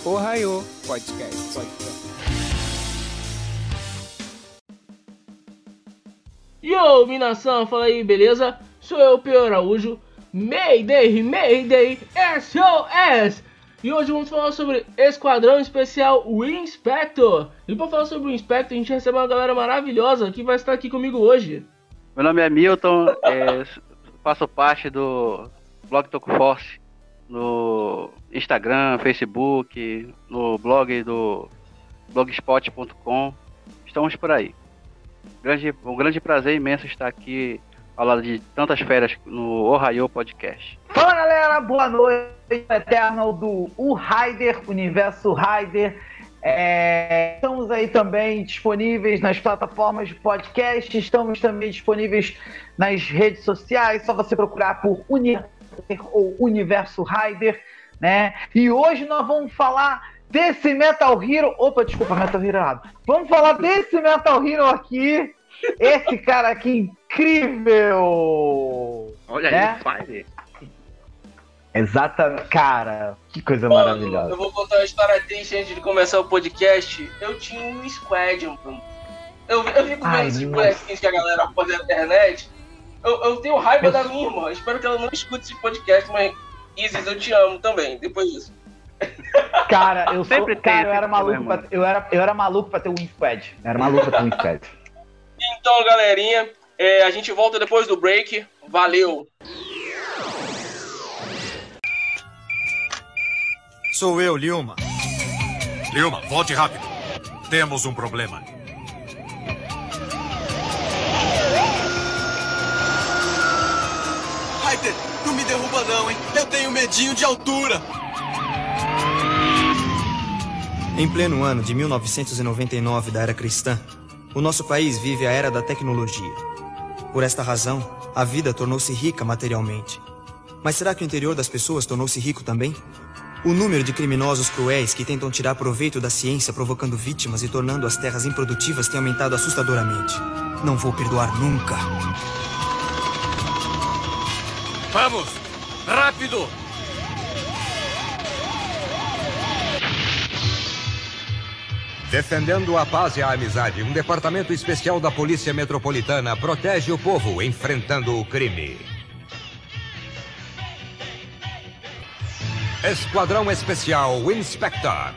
Ohio Podcast. Yo, minação, fala aí, beleza? Sou eu, Pio Araújo. Mayday, SOS! E hoje vamos falar sobre Esquadrão Especial Inspector. E para falar sobre o Inspector, a gente recebe uma galera maravilhosa que vai estar aqui comigo hoje. Meu nome é Milton, faço parte do blog Tokuforce, no Instagram, Facebook, no blog do blogspot.com. Estamos por aí. Um grande prazer imenso estar aqui ao lado de tantas feras no Ohio Podcast. Fala galera, boa noite, Eternal do Rider, Universo Rider. Estamos aí também disponíveis nas plataformas de podcast, estamos também disponíveis nas redes sociais, só você procurar por Universo Rider, né? E hoje nós vamos falar desse Metal Hero. Opa, desculpa, Metal Hero errado. Vamos falar desse Metal Hero aqui. Esse cara aqui incrível! Olha né? aí, Fire. Exatamente, cara, que coisa maravilhosa. Eu vou contar uma história triste antes de começar o podcast. Eu tinha um squad, mano. Eu fico vendo esses bonequinhos que a galera pôs na internet. Eu tenho raiva da minha irmã. Espero que ela não escute esse podcast, mas Isis, eu te amo também, depois disso. Cara, eu era maluco pra ter um squad. Então, galerinha, a gente volta depois do break. Valeu! Sou eu, Liuma. Liuma, volte rápido. Temos um problema. Ryder, não me derruba não, hein? Eu tenho medinho de altura. Em pleno ano de 1999 da Era Cristã, o nosso país vive a Era da Tecnologia. Por esta razão, a vida tornou-se rica materialmente. Mas será que o interior das pessoas tornou-se rico também? O número de criminosos cruéis que tentam tirar proveito da ciência provocando vítimas e tornando as terras improdutivas tem aumentado assustadoramente. Não vou perdoar nunca. Vamos! Rápido! Defendendo a paz e a amizade, um departamento especial da Polícia Metropolitana protege o povo enfrentando o crime. Esquadrão Especial Inspector.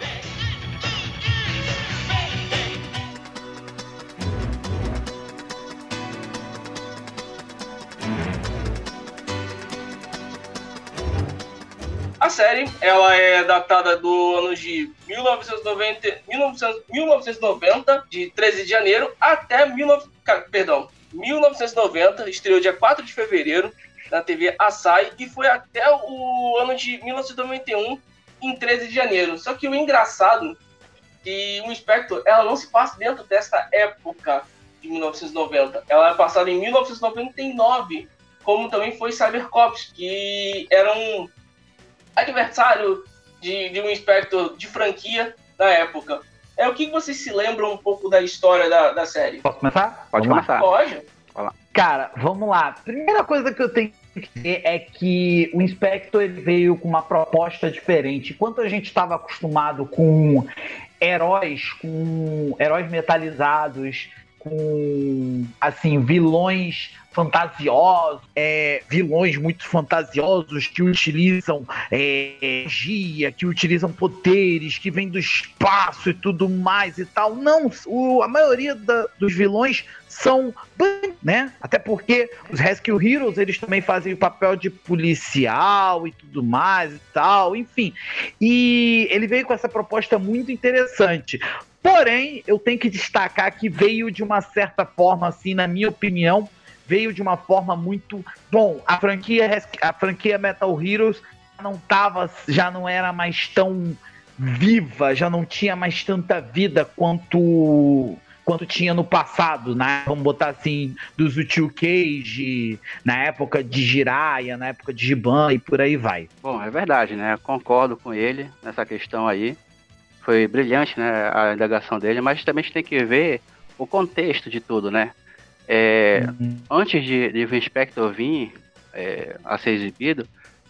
A série, ela é datada do ano de 1990, de 13 de janeiro, até 1990, estreou dia 4 de fevereiro, na TV Asahi, e foi até o ano de 1991, em 13 de janeiro. Só que o engraçado é que o Inspector, ela não se passa dentro dessa época de 1990. Ela é passada em 1999, como também foi Cybercops, que era um adversário de um Inspector de franquia na época. O que vocês se lembram um pouco da história da série? Posso começar? Pode começar. Pode. Cara, vamos lá. Primeira coisa que eu tenho que dizer é que o Inspector ele veio com uma proposta diferente. Enquanto a gente estava acostumado com heróis metalizados, com, assim, vilões fantasiosos, vilões muito fantasiosos que utilizam magia, que utilizam poderes, que vêm do espaço e tudo mais e tal. Não, a maioria dos vilões são bandidos, né? Até porque os Rescue Heroes, eles também fazem o papel de policial e tudo mais e tal, enfim. E ele veio com essa proposta muito interessante. Porém, eu tenho que destacar que veio de uma certa forma, assim, na minha opinião, veio de uma forma muito... Bom, a franquia Metal Heroes já não era mais tão viva, já não tinha mais tanta vida quanto tinha no passado, né? Vamos botar assim, dos Steel Cage, na época de Jiraiya, na época de Giban e por aí vai. Bom, é verdade, né? Concordo com ele nessa questão aí. Foi brilhante, né, a indagação dele, mas também a gente tem que ver o contexto de tudo, né? Antes de o Inspector vir a ser exibido,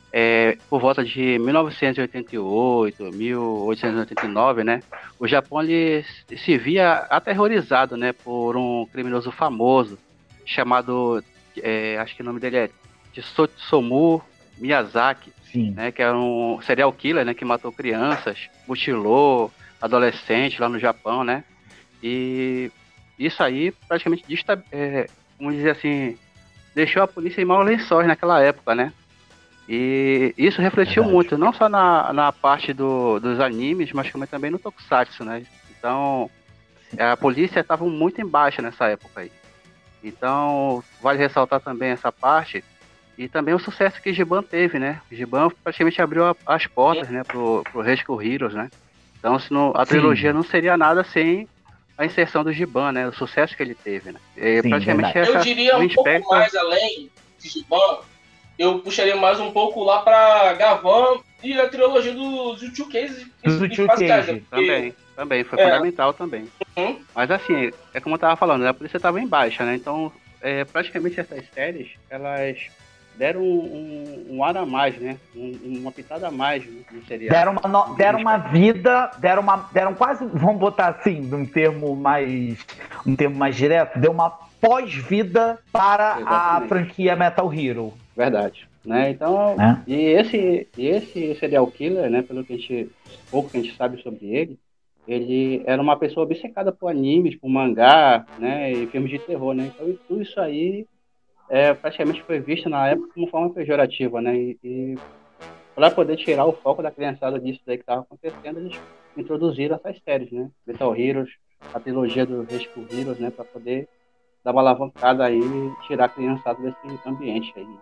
por volta de 1988, 1889, né, o Japão ele se via aterrorizado, né, por um criminoso famoso chamado, acho que o nome dele é Tsutomu Miyazaki, né, que era um serial killer, né, que matou crianças, mutilou adolescentes lá no Japão, né, e isso aí praticamente, vamos dizer assim, deixou a polícia em maus lençóis naquela época, né. E isso refletiu muito, não só na parte dos animes, mas também no Tokusatsu, né? Então, a polícia estava muito embaixo nessa época aí. Então, vale ressaltar também essa parte e também o sucesso que Giban teve, né? Giban praticamente abriu as portas, né, pro Rescue Heroes, né? Então, a trilogia não seria nada sem a inserção do Giban, né? O sucesso que ele teve, né? Praticamente eu diria um pouco mais além de Giban. Eu puxaria mais um pouco lá pra Gavan e a trilogia do Two Cases. Também, foi fundamental também. Mas assim, é como eu tava falando, a polícia tava em baixa, né? Então, praticamente essas séries, elas deram um ar a mais, né? Uma pitada a mais no seriado. Deram uma vida, deram quase, vamos botar assim, num termo mais direto, deu uma pós-vida para a franquia Metal Hero. Verdade, né? Então, e esse serial killer, né, pelo que pouco que a gente sabe sobre ele era uma pessoa obcecada por animes, por mangá, né, e filmes de terror, né? Então, tudo isso aí praticamente foi visto na época como forma pejorativa, né? E para poder tirar o foco da criançada disso daí que estava acontecendo, eles introduziram essas séries, né? Metal Heroes, a trilogia do Rescue Heroes, né, para poder dar uma alavancada aí e tirar a criançada desse ambiente aí.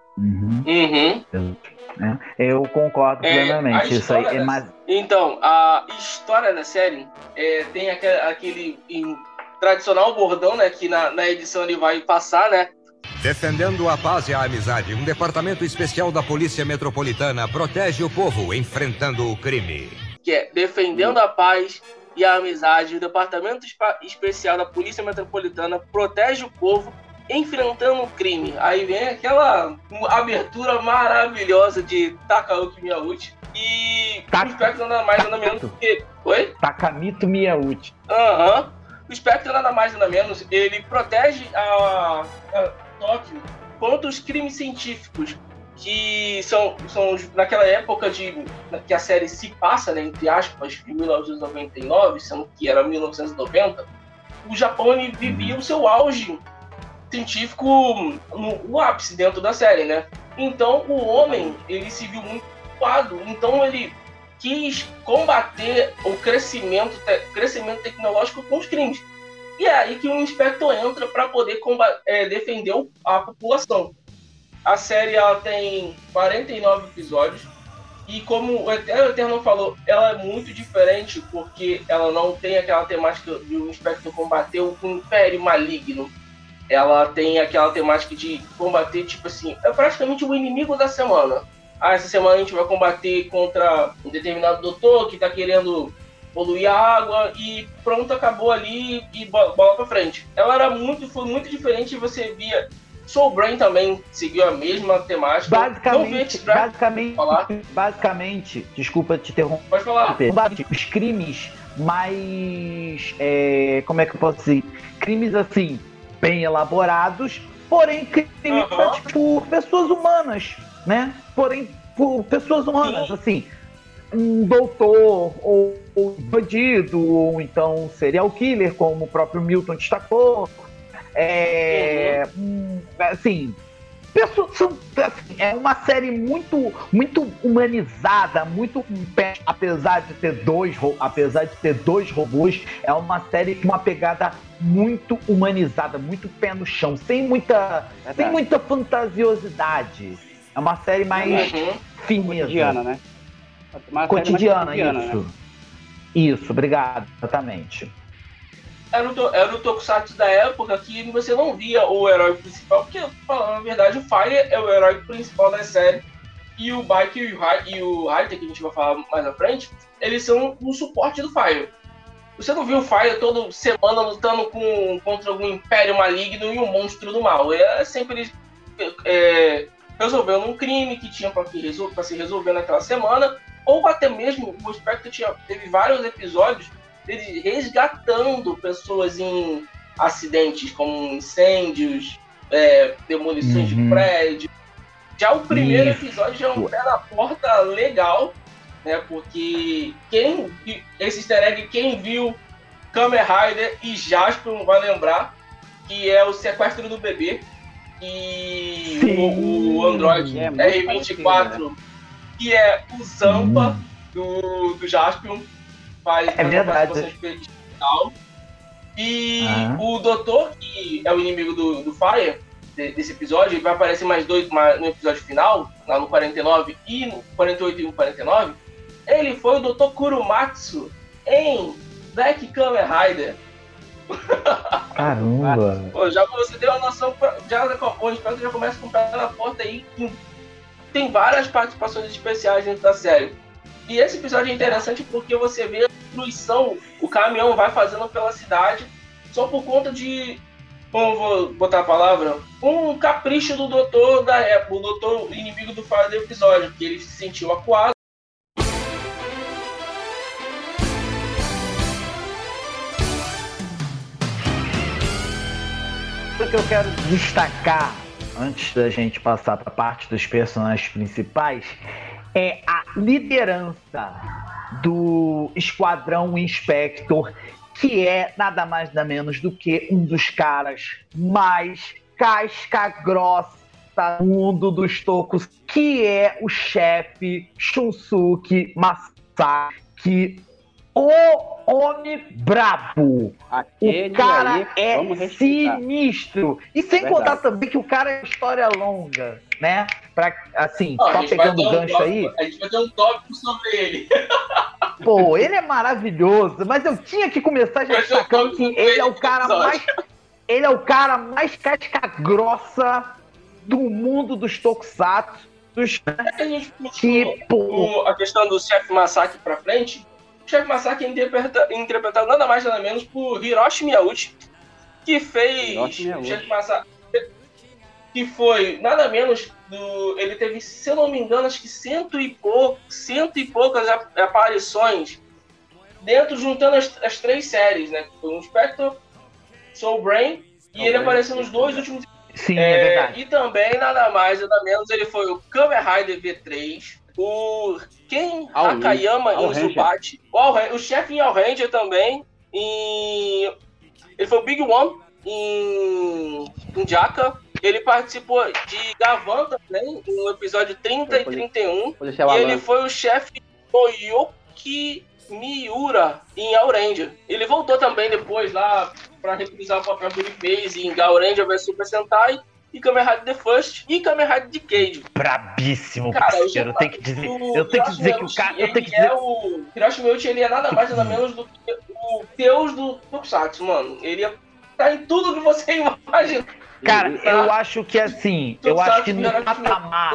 Eu concordo plenamente. Isso aí é mais... Então, a história da série tem aquele tradicional bordão, né, que na edição ele vai passar, né? Defendendo a paz e a amizade, um departamento especial da Polícia Metropolitana protege o povo enfrentando o crime. Que é defendendo a paz e a amizade, o Departamento Especial da Polícia Metropolitana protege o povo enfrentando o crime. Aí vem aquela abertura maravilhosa de Takauki Miyauchi e o Spectre nada mais nada menos que... Oi? Takamito Miyauchi. O Spectre nada mais nada menos, ele protege a Tóquio contra os crimes científicos que são naquela época que a série se passa, né, entre aspas, em 1999, sendo que era 1990, o Japão ele vivia o seu auge científico no ápice dentro da série, né? Então o homem ele se viu muito ocupado, então ele quis combater o crescimento tecnológico com os crimes. E é aí que o Inspector entra para poder defender a população. A série ela tem 49 episódios e como o Eterno falou, ela é muito diferente porque ela não tem aquela temática de um Inspector combater o Império Maligno. Ela tem aquela temática de combater, tipo assim, é praticamente o inimigo da semana. Essa semana a gente vai combater contra um determinado doutor que está querendo poluir a água e pronto, acabou ali e bola pra frente. Ela foi muito diferente e você via... Soul Brain também seguiu a mesma temática. Basicamente, desculpa te interromper. Pode falar. Os crimes mais... como é que eu posso dizer? Crimes, assim, bem elaborados, porém crimes por pessoas humanas, né? Porém, por pessoas humanas, assim... Um doutor, ou bandido, ou então um serial killer, como o próprio Milton destacou. Assim, é uma série muito, muito humanizada, muito apesar de ter dois robôs, é uma série com uma pegada muito humanizada, muito pé no chão, sem muita fantasiosidade. É uma série mais firmeza. Cotidiana, né? Cotidiana, isso. Né? Isso, obrigado, exatamente. Era o Tokusatsu da época que você não via o herói principal, porque, falando a verdade, o Fire é o herói principal da série, e o Bike e o Raiter, que a gente vai falar mais à frente, eles são o suporte do Fire. Você não viu o Fire toda semana lutando contra algum império maligno e um monstro do mal. Sempre eles resolvendo um crime que tinha para se resolver naquela semana, ou até mesmo o Spectre teve vários episódios dele resgatando pessoas em acidentes, como incêndios, demolições de prédio. Já o primeiro episódio já é um pé na porta legal, né? Porque esse easter egg, quem viu Kamen Rider e Jaspion vai lembrar que é o sequestro do bebê. E o Android R24, né? Que é o Zampa do Jaspion, faz uma participação especial. E o Doutor, que é o inimigo do Fire, desse episódio, ele vai aparecer mais dois no episódio final, lá no 49 e no 48 e no 49. Ele foi o Dr. Kurumatsu em Black Kamen Rider. Caramba! Pô, já você deu uma noção, o Spectre já começa com o pé na porta aí. Tem várias participações especiais dentro da série. E esse episódio é interessante porque você vê a destruição, o caminhão vai fazendo pela cidade, só por conta de, como vou botar a palavra, um capricho do doutor da época, o doutor inimigo do episódio, que ele se sentiu acuado. O que eu quero destacar, antes da gente passar para a parte dos personagens principais, é a liderança do Esquadrão Inspector, que é nada mais nada menos do que um dos caras mais casca-grossa do mundo dos tocos, que é o chefe Shunsuke Masaki, o homem brabo. Aquele o cara aí, é sinistro. E sem contar também que o cara é história longa, né? Pra, assim, só pegando o gancho aí. A gente vai ter um tópico sobre ele. Pô, ele é maravilhoso, mas eu tinha que começar já destacando que ele é o cara mais. Ele é o cara mais casca-grossa do mundo dos tokusatsu. A gente a questão do chefe Masaki pra frente. O chefe Masaki é interpretado nada mais nada menos por Hiroshi Miyauchi, que fez o chefe Masaki, que foi nada menos do. Ele teve, se eu não me engano, acho que cento e poucas aparições dentro, juntando as três séries, né? Foi um Spectre, Soul Brain, e ele apareceu nos dois últimos. Sim, é verdade. E também, nada mais, nada menos, ele foi o Kamen Rider V3, o Ken Hakayama em Zubat, o chefe em All Ranger também, ele foi o Big One em Jaka, ele participou de Gavan também, no episódio 30 e 31, e ele foi o chefe Toyoki Miura em All Ranger. Ele voltou também depois lá para reprisar o papel que ele fez em Gao Ranger vs Super Sentai, e Kamen Rider The First e Kamen Rider Decade. Brabíssimo, parceiro. Eu tenho que dizer que o cara. O Hiroshi Miyauchi, ele é nada mais nada menos do que o deus do Tokusatsu, mano. Ele tá em tudo que você imagina. Cara, eu acho que assim. Eu acho que no patamar.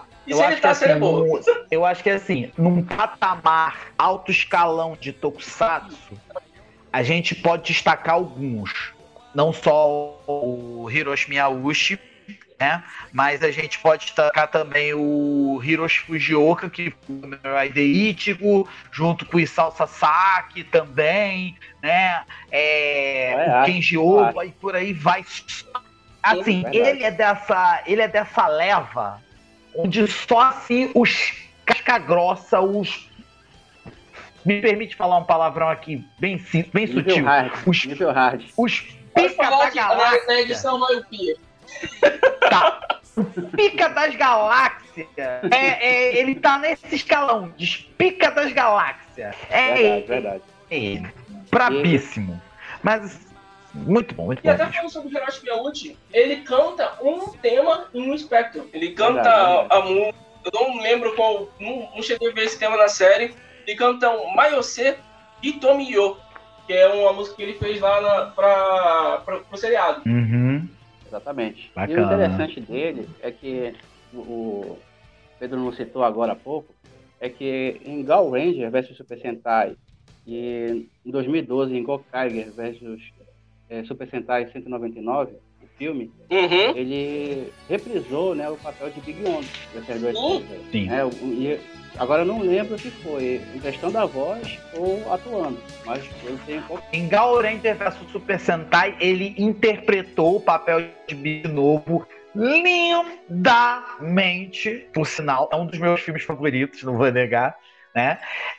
Eu acho que assim, num patamar alto escalão de Tokusatsu, a gente pode destacar alguns. Não só o Hiroshi Miyauchi, né? Mas a gente pode destacar também o Hiroshi Fujioka, que foi o Kamen Rider Ichigo, junto com o Isao Sasaki também, né? O Kenji Oba e por aí vai. Assim, ele é dessa leva onde só assim os casca-grossa, os... Me permite falar um palavrão aqui bem sutil. Os pica da galáxia. Na edição Miopia. Tá. O pica das galáxias. Ele tá nesse escalão. Pica das galáxias. Verdade. Ele. Brabíssimo. Mas muito bom, muito bom. E até falando sobre o Hiroshi Miyauchi, ele canta um tema em um Spectre. Ele canta a música. Eu não lembro qual. Não cheguei a ver esse tema na série. Ele canta um Mayose Itomiyo, que é uma música que ele fez lá pro seriado. Uhum. Exatamente. Bacana. E o interessante dele é que o Pedro não citou agora há pouco, é que em Gao Ranger vs Super Sentai e em 2012 em Gokaiger vs Super Sentai 199, o filme, Uhum. ele reprisou, né, o papel de Big One. Sim. E agora eu não lembro se foi em questão da voz ou atuando, mas eu tenho um pouco. Em Gao Ranger vs Super Sentai, ele interpretou o papel de Big Novo lindamente, por sinal, é um dos meus filmes favoritos, não vou negar, né?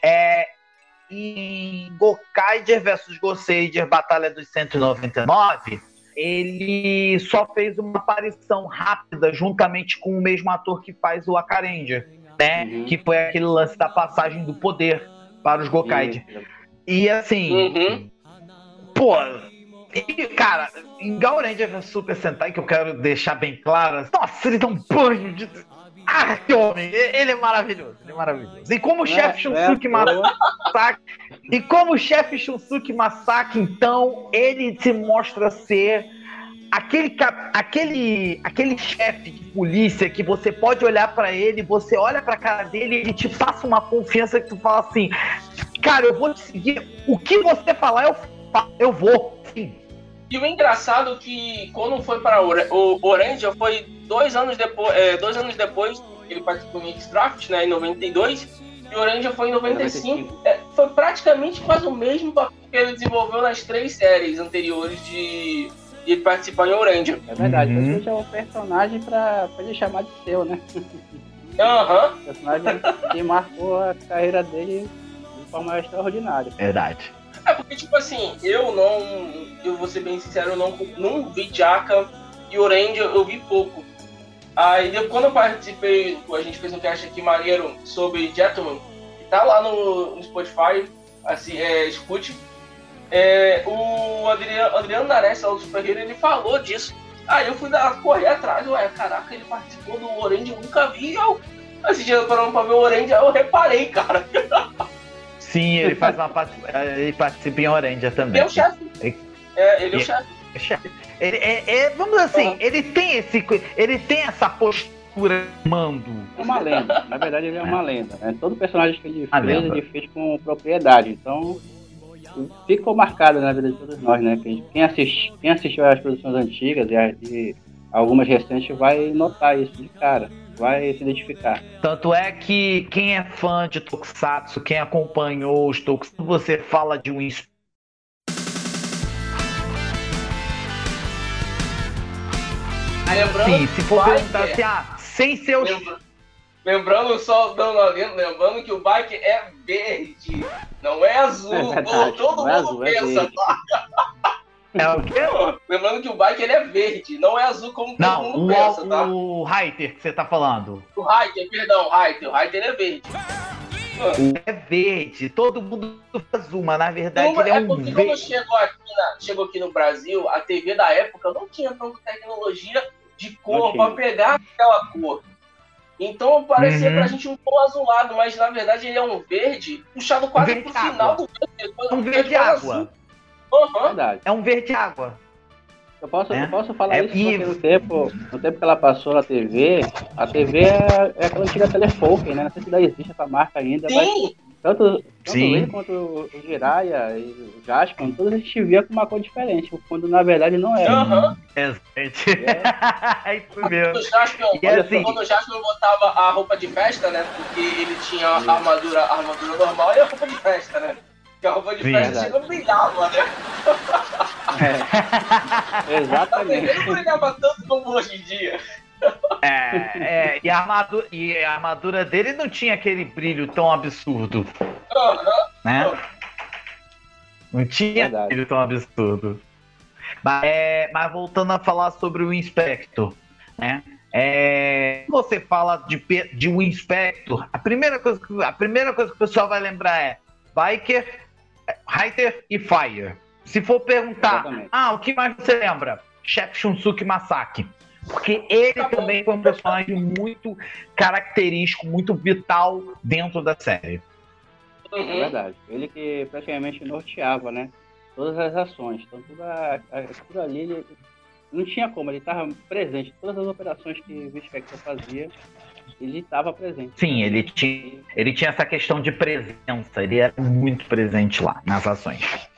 Em Gokaiger vs Goseiger, Batalha dos 199, ele só fez uma aparição rápida juntamente com o mesmo ator que faz o Akarenger, né? Uhum. Que foi aquele lance da passagem do poder para os Gokaiger. E assim, pô, e, cara, em Gao Ranger vs Super Sentai, que eu quero deixar bem claro, nossa, ele dá um banho de... Ah, que homem, ele é maravilhoso, E como o chefe Shunsuke Masaki, então, ele se mostra ser aquele chefe de polícia que você pode olhar pra ele, você olha pra cara dele e ele te passa uma confiança que tu fala assim, cara, eu vou te seguir, o que você falar, eu vou, sim. E o engraçado é que quando foi para o Orange, foi 2 anos depois, ele participou do X-Draft, né, em 92, e o Orange foi em 95. Foi praticamente quase o mesmo papel que ele desenvolveu nas 3 séries anteriores de ele participar em Orange. É verdade, mas é um personagem pra ele chamar de seu, né? Aham. Personagem que marcou a carreira dele de forma extraordinária. Verdade. Porque, tipo assim, eu vou ser bem sincero, eu não vi Jaka e Orange eu vi pouco. Aí, quando eu participei, a gente fez um cast aqui maneiro sobre Gentleman, que tá lá no Spotify, assim, escute. O Adriano Nares, do Super Hero, ele falou disso. Aí eu fui correr atrás, caraca, ele participou do Orange, eu nunca vi. Eu assistindo pra ver o Orange, aí eu reparei, cara. Sim, ele faz ele participa em Orange também. Ele é o chefe. Ele é o chefe. Vamos dizer assim, ele tem essa postura mando. É uma lenda, na verdade ele é uma lenda, né? Todo personagem que ele fez, ele fez com propriedade, então ficou marcado na vida de todos nós, né? Quem assistiu às produções antigas e algumas recentes vai notar isso de cara, vai se identificar. Tanto é que quem é fã de Tokusatsu, quem acompanhou os Tokusatsu, você fala de um sim, se for perguntar assim, sem seus... Lembrando só, lembrando que o bike é verde, não é azul. Todo mundo pensa, tá? É o quê? Lembrando que o bike ele é verde, não é azul como todo mundo pensa, tá? O Reiter que você tá falando. O Reiter ele é verde. É verde, todo mundo azul, mas na verdade ele é um porque verde. Quando chegou aqui no Brasil, a TV da época não tinha tanta tecnologia de cor pra pegar aquela cor. Então parecia pra gente um tom azulado, mas na verdade ele é um verde puxado quase pro final do verde. Um verde água. Verdade. É um verde água. Eu posso falar isso porque no tempo que ela passou na TV, a TV é aquela antiga Telefunken, né? Não sei se ainda existe essa marca ainda, sim. Mas tanto ele quanto o Jiraiya e o Jaspion, todos a gente via com uma cor diferente, quando na verdade não era. Exatamente. É isso mesmo. Quando o Jaspion botava a roupa de festa, né? Porque ele tinha a armadura normal e a roupa de festa, né? Porque a roupa de festa não brilhava, né? Exatamente. Não brilhava tanto como hoje em dia. E a armadura dele não tinha aquele brilho tão absurdo. Né? Não tinha brilho tão absurdo. Mas voltando a falar sobre o Inspector, né? Você fala de um Inspector, a primeira coisa que o pessoal vai lembrar é Biker, Reiter e Fire. Se for perguntar, o que mais você lembra? Chefe Shunsuke Masaki. Porque ele também foi um personagem muito característico, muito vital dentro da série. É verdade. Ele que praticamente norteava, né? Todas as ações. Então tudo ali, ele não tinha como, ele estava presente. Todas as operações que o Inspector fazia, ele estava presente. Sim, ele tinha essa questão de presença, ele era muito presente lá nas ações.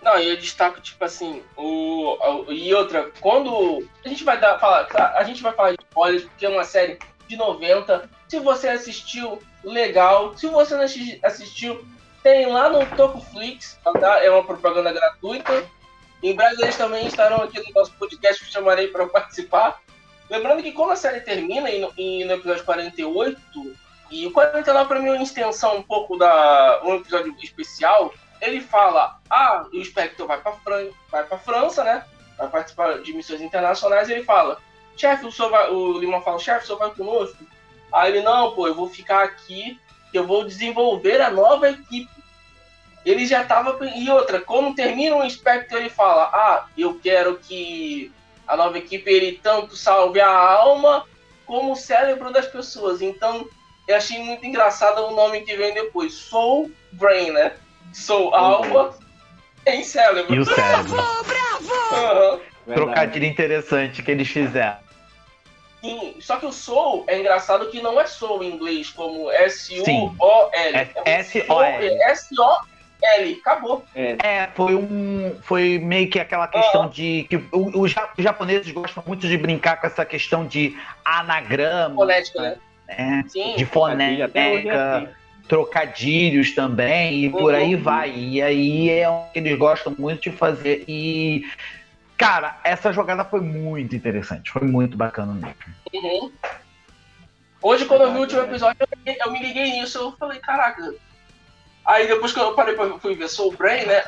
Não, e eu destaco, tipo assim, e outra, quando a gente vai falar de spoilers, porque é uma série de 90. Se você assistiu, legal. Se você não assistiu, tem lá no Tocoflix, tá? É uma propaganda gratuita. Em breve eles também estarão aqui no nosso podcast, que eu chamarei para participar. Lembrando que quando a série termina, no episódio 48, e o 49 para mim é uma extensão um pouco um episódio especial, ele fala, o Spectre vai para França, né? Vai participar de missões internacionais, e ele fala, chefe, o Lima fala, chefe, o senhor vai conosco? Aí ele, não, pô, eu vou ficar aqui, que eu vou desenvolver a nova equipe. Ele já tava... E outra, quando termina o Spectre, ele fala, eu quero que a nova equipe, ele tanto salve a alma, como o cérebro das pessoas. Então, eu achei muito engraçado o nome que vem depois, Soul Brain, né? Soul alma em cérebro. E o cérebro. Bravo! Trocadilho interessante que eles fizeram. Sim, só que o Soul é engraçado que não é Soul em inglês, como S-U-O-L. S-O-L. S-O-L, acabou. Foi meio que aquela questão de que os japoneses gostam muito de brincar com essa questão de anagrama. Fonética, né? Sim. De fonética, trocadilhos também, e por aí vai. E aí é o que eles gostam muito de fazer. E, cara, essa jogada foi muito interessante, foi muito bacana mesmo. Hoje, quando eu vi o último episódio, eu me liguei nisso, eu falei, caraca. Aí depois que eu fui ver Soul Brain, né?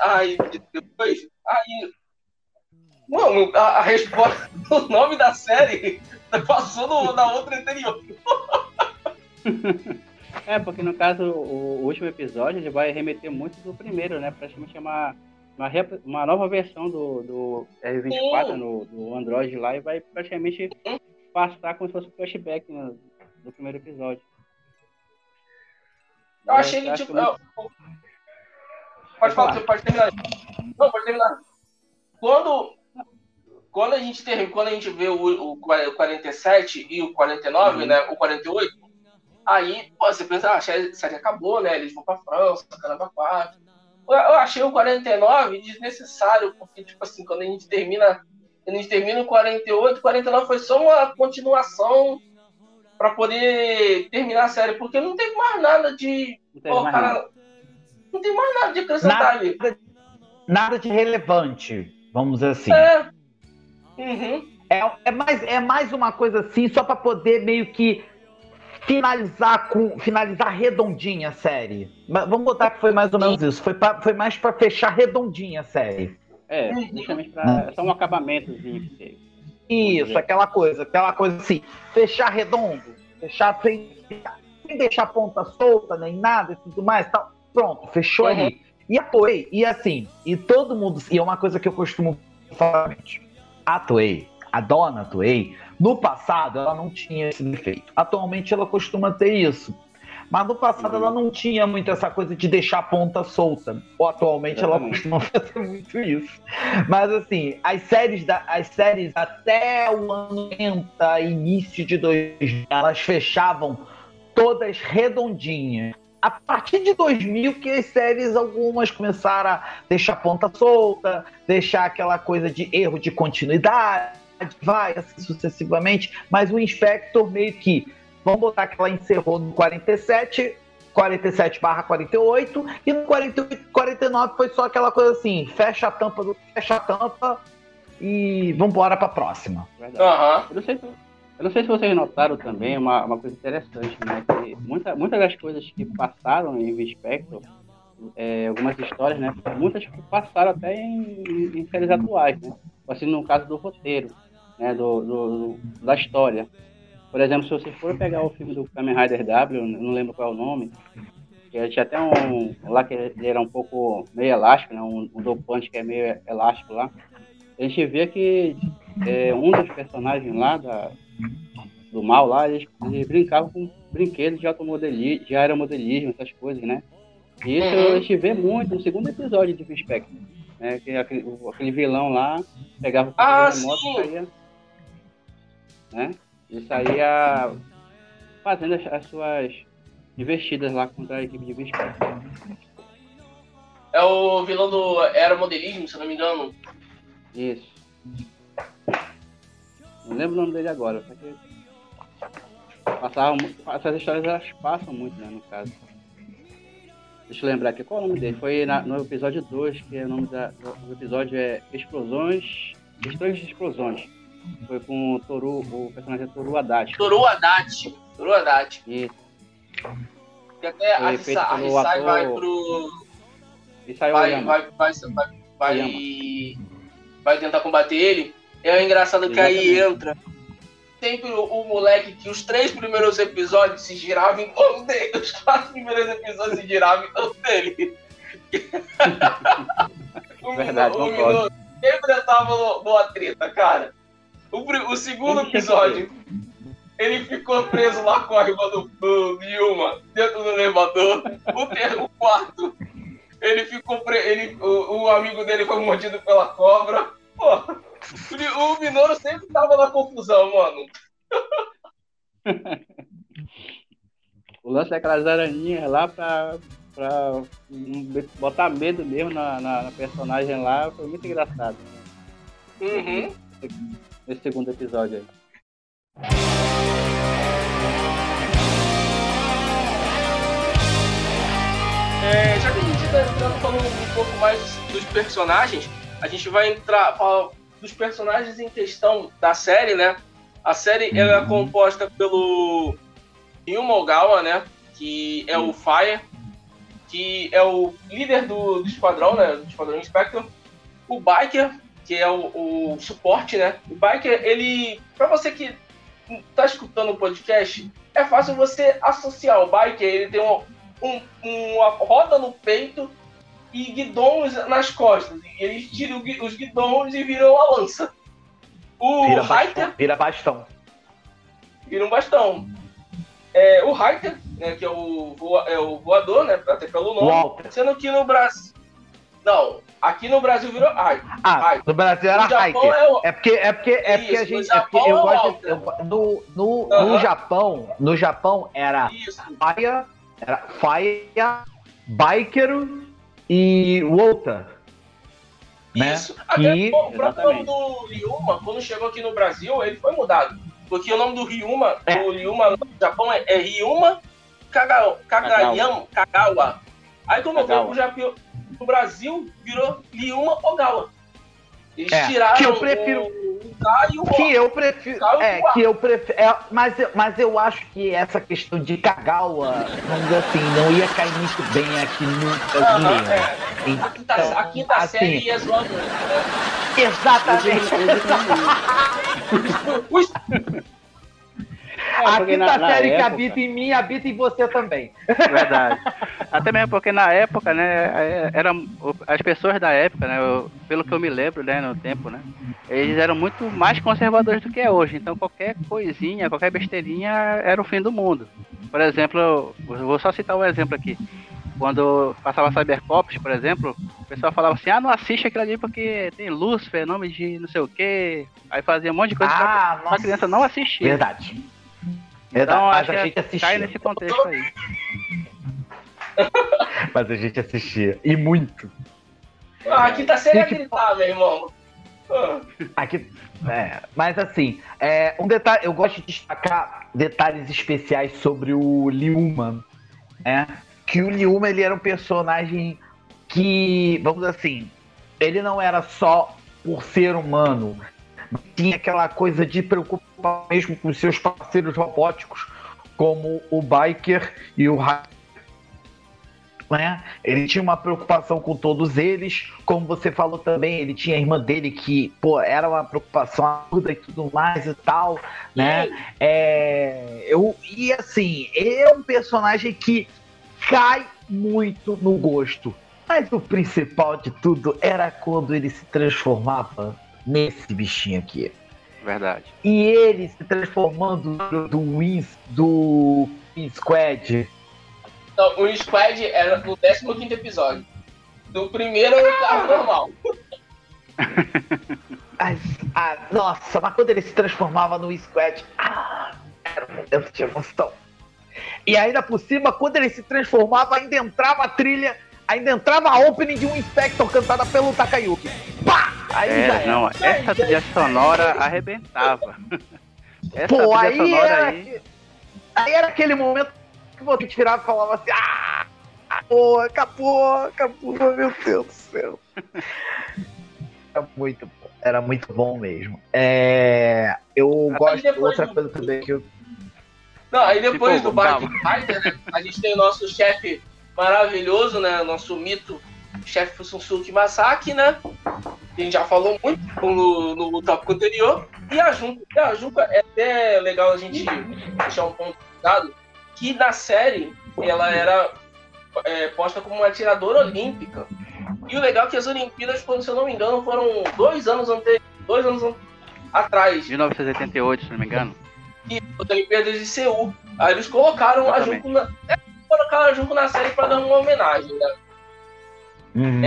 Mano, a resposta do nome da série passou na outra anterior. Porque no caso, o último episódio, ele vai remeter muito do primeiro, né? Praticamente é uma nova versão do R24 no Android lá, e vai praticamente passar como se fosse um flashback do primeiro episódio. Eu achei que, tipo... Pode terminar. Não, pode terminar. Quando a gente vê o 47 e o 49, né? O 48, aí, você pensa, a série acabou, né? Eles vão pra França, caramba, 4. Eu achei o 49 desnecessário, porque, tipo assim, quando a gente termina o 48, o 49 foi só uma continuação pra poder terminar a série, porque não tem mais nada de... Não tem mais nada de acrescentar ali. Nada de relevante, vamos dizer assim. É mais uma coisa assim, só pra poder meio que finalizar redondinha a série. Vamos botar que foi mais ou menos isso. Foi mais pra fechar redondinha a série. Justamente pra... É só um acabamentozinho que teve. Isso, aquela coisa assim, fechar redondo, fechar sem deixar ponta solta, nem nada e tudo mais, tal. Pronto, fechou ali. E a Toei, e todo mundo, e é uma coisa que eu costumo falar, a dona Toei, no passado ela não tinha esse defeito. Atualmente ela costuma ter isso. Mas no passado ela não tinha muito essa coisa de deixar a ponta solta. Ou atualmente ela costuma fazer muito isso. Mas assim, as séries até o ano 90, início de 2000, elas fechavam todas redondinhas. A partir de 2000 que as séries, algumas começaram a deixar a ponta solta, deixar aquela coisa de erro de continuidade, vai assim sucessivamente. Mas o Inspector meio que... Vamos botar que ela encerrou no 47/48, e no 48/49 foi só aquela coisa assim, fecha a tampa e vamos embora pra próxima. Eu não sei se vocês notaram também uma coisa interessante, né? Que muitas das coisas que passaram em V-Spectrum, algumas histórias, né? Muitas que passaram até em séries atuais, né? Assim, no caso do roteiro, né? Da história. Por exemplo, se você for pegar o filme do Kamen Rider W, não lembro qual é o nome, que tinha até lá que ele era um pouco meio elástico, né? Um dopante que é meio elástico lá. A gente vê que um dos personagens lá do mal lá, eles brincavam com brinquedos de aeromodelismo, essas coisas, né? E isso a gente vê muito no segundo episódio de V-Spectrum, né? Que aquele vilão lá pegava a moto e saía, né? E saía fazendo as suas investidas lá contra a equipe de V-Spectrum. É o vilão do aeromodelismo, se eu não me engano. Isso. Não lembro o nome dele agora, só que essas histórias elas passam muito, né, no caso. Deixa eu lembrar aqui, qual é o nome dele? Foi no episódio 2, que o nome do episódio é Explosões, Estranhas Explosões. Foi com o personagem Toru Haddad. Toru Haddad. Isso. E até a Foi feito pelo Hisai ator- vai pro... Isao Oyama. Vai tentar combater ele. É engraçado que aí entra sempre o moleque que os 3 primeiros episódios se giravam em torno dele. Os 4 primeiros episódios se giravam em torno dele. Verdade, o não Minoru sempre tava no atrita, cara. O segundo episódio, ele ficou preso lá com a irmã do Yuma dentro do elevador. O quarto, ele ficou o amigo dele foi mordido pela cobra. Pô, o Minoru sempre tava na confusão, mano. O lance daquelas aranhinhas lá pra botar medo mesmo na personagem lá foi muito engraçado. Uhum. Nesse segundo episódio aí. Já que a gente está entrando falando um pouco mais dos personagens, a gente vai falar dos personagens em questão da série, né? A série ela é composta pelo Ryuma Ogawa, né? Que é o Fire, que é o líder do esquadrão, né? Do esquadrão Spectre. O Biker, que é o suporte, né? O Biker, ele... Pra você que tá escutando o podcast, é fácil você associar o Biker. Ele tem uma roda no peito e guidões nas costas. E eles tiram os guidões e viram a lança. O Reiter... Vira bastão. Vira um bastão. O Reiter, né, que é o voador, né? Até pelo nome. Walter. Sendo que no Brasil... Não, aqui no Brasil virou Reiter. No Brasil era No Japão Reiter. É porque a Isso, gente. no Japão Eu é gosto. Walter. No Japão era Isso. Fire, Biker e Walter. Né? Isso. Até E- o próprio nome do Ryuma, quando chegou aqui no Brasil, ele foi mudado. Porque o nome do Ryuma, o Ryuma no Japão é Ryuma Kagawa. Aí quando veio pro Brasil, virou Ryuma Ogawa. Eles tiraram que eu prefiro. o K e o O. Que eu prefiro. Que eu prefiro. Mas eu acho que essa questão de Kagawa, vamos dizer assim, não ia cair muito bem aqui no Brasil. A quinta série ia zoando. Exatamente. A quinta série que habita em mim, habita em você também. Verdade. Até mesmo porque na época, né, as pessoas da época, né, pelo que eu me lembro, né, no tempo, né, eles eram muito mais conservadores do que é hoje. Então qualquer coisinha, qualquer besteirinha era o fim do mundo. Por exemplo, eu vou só citar um exemplo aqui. Quando passava Cybercops, por exemplo, o pessoal falava assim, não assiste aquilo ali porque tem Lúcifer, nome de não sei o quê. Aí fazia um monte de coisa pra a criança não assistir. Verdade. Então, Mas acho a gente que assistia. cai nesse contexto aí. Mas a gente assistia. E muito. A quinta série é gritar, meu irmão. Aqui, mas assim, um detalhe, eu gosto de destacar detalhes especiais sobre o Ryuma, né? Que o Ryuma, ele era um personagem que, vamos dizer assim, ele não era só por ser humano, tinha aquela coisa de preocupar mesmo com seus parceiros robóticos, como o Biker e o Hacker. Né? Ele tinha uma preocupação com todos eles, como você falou também, ele tinha a irmã dele que, era uma preocupação absurda e tudo mais e tal, né? E assim, ele é um personagem que cai muito no gosto, mas o principal de tudo era quando ele se transformava nesse bichinho aqui. Verdade. E ele se transformando do Win Squad. Então, o Squad era no 15º episódio. Do primeiro era o carro normal. Nossa, mas quando ele se transformava no Squad, era um momento de emoção. E ainda por cima, quando ele se transformava, ainda entrava a trilha Ainda entrava a opening de um Inspector cantada pelo Takayuki. Pá! Aí já era. Não, essa trilha sonora arrebentava. Essa Pô, trilha aí sonora era, aí. aí era aquele momento que você tirava e falava assim, pô, acabou, meu Deus do céu. Era muito bom mesmo. Eu gosto de outra coisa também que eu... Não, aí depois Tipo, do Bart Fighter, né, a gente tem o nosso chefe maravilhoso, né? Nosso mito, chefe Fusunsuke Masaki, né? Que a gente já falou muito no tópico anterior. E a Junka é até legal a gente deixar um ponto dado, que na série ela era posta como uma atiradora olímpica. E o legal é que as Olimpíadas, se eu não me engano, foram 2 anos atrás. 1988, se não me engano. E as Olimpíadas de Seul. Aí eles colocaram a Junko na série para dar uma homenagem, né? Uhum.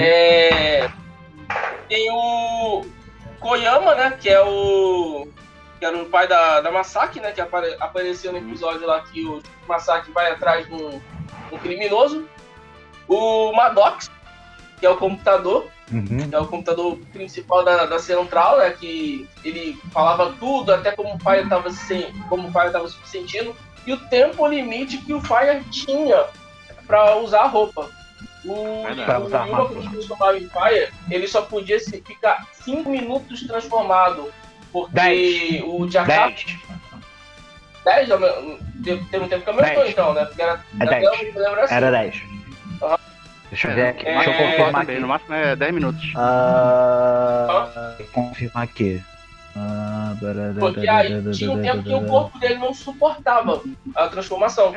Tem o Koyama, né? Que era o pai da Masaki, né? Que apareceu no episódio lá que o Masaki vai atrás de um criminoso. O Maddox, que é o computador. Uhum. É o computador principal da central, né? Que ele falava tudo, até como o Fire estava se sentindo. E o tempo limite que o Fire tinha para usar a roupa. O Yuma, quando se transformava em Fire, ele só podia ficar 5 minutos transformado. Porque 10. o Jakar... 10? Teve um tempo que aumentou, então, né? Porque era 10. Assim. Era 10. Uhum. Deixa eu ver aqui. Deixa eu confirmar aqui. No máximo é 10 minutos. Confirmar aqui. Porque aí tinha um tempo que o corpo dele não suportava a transformação.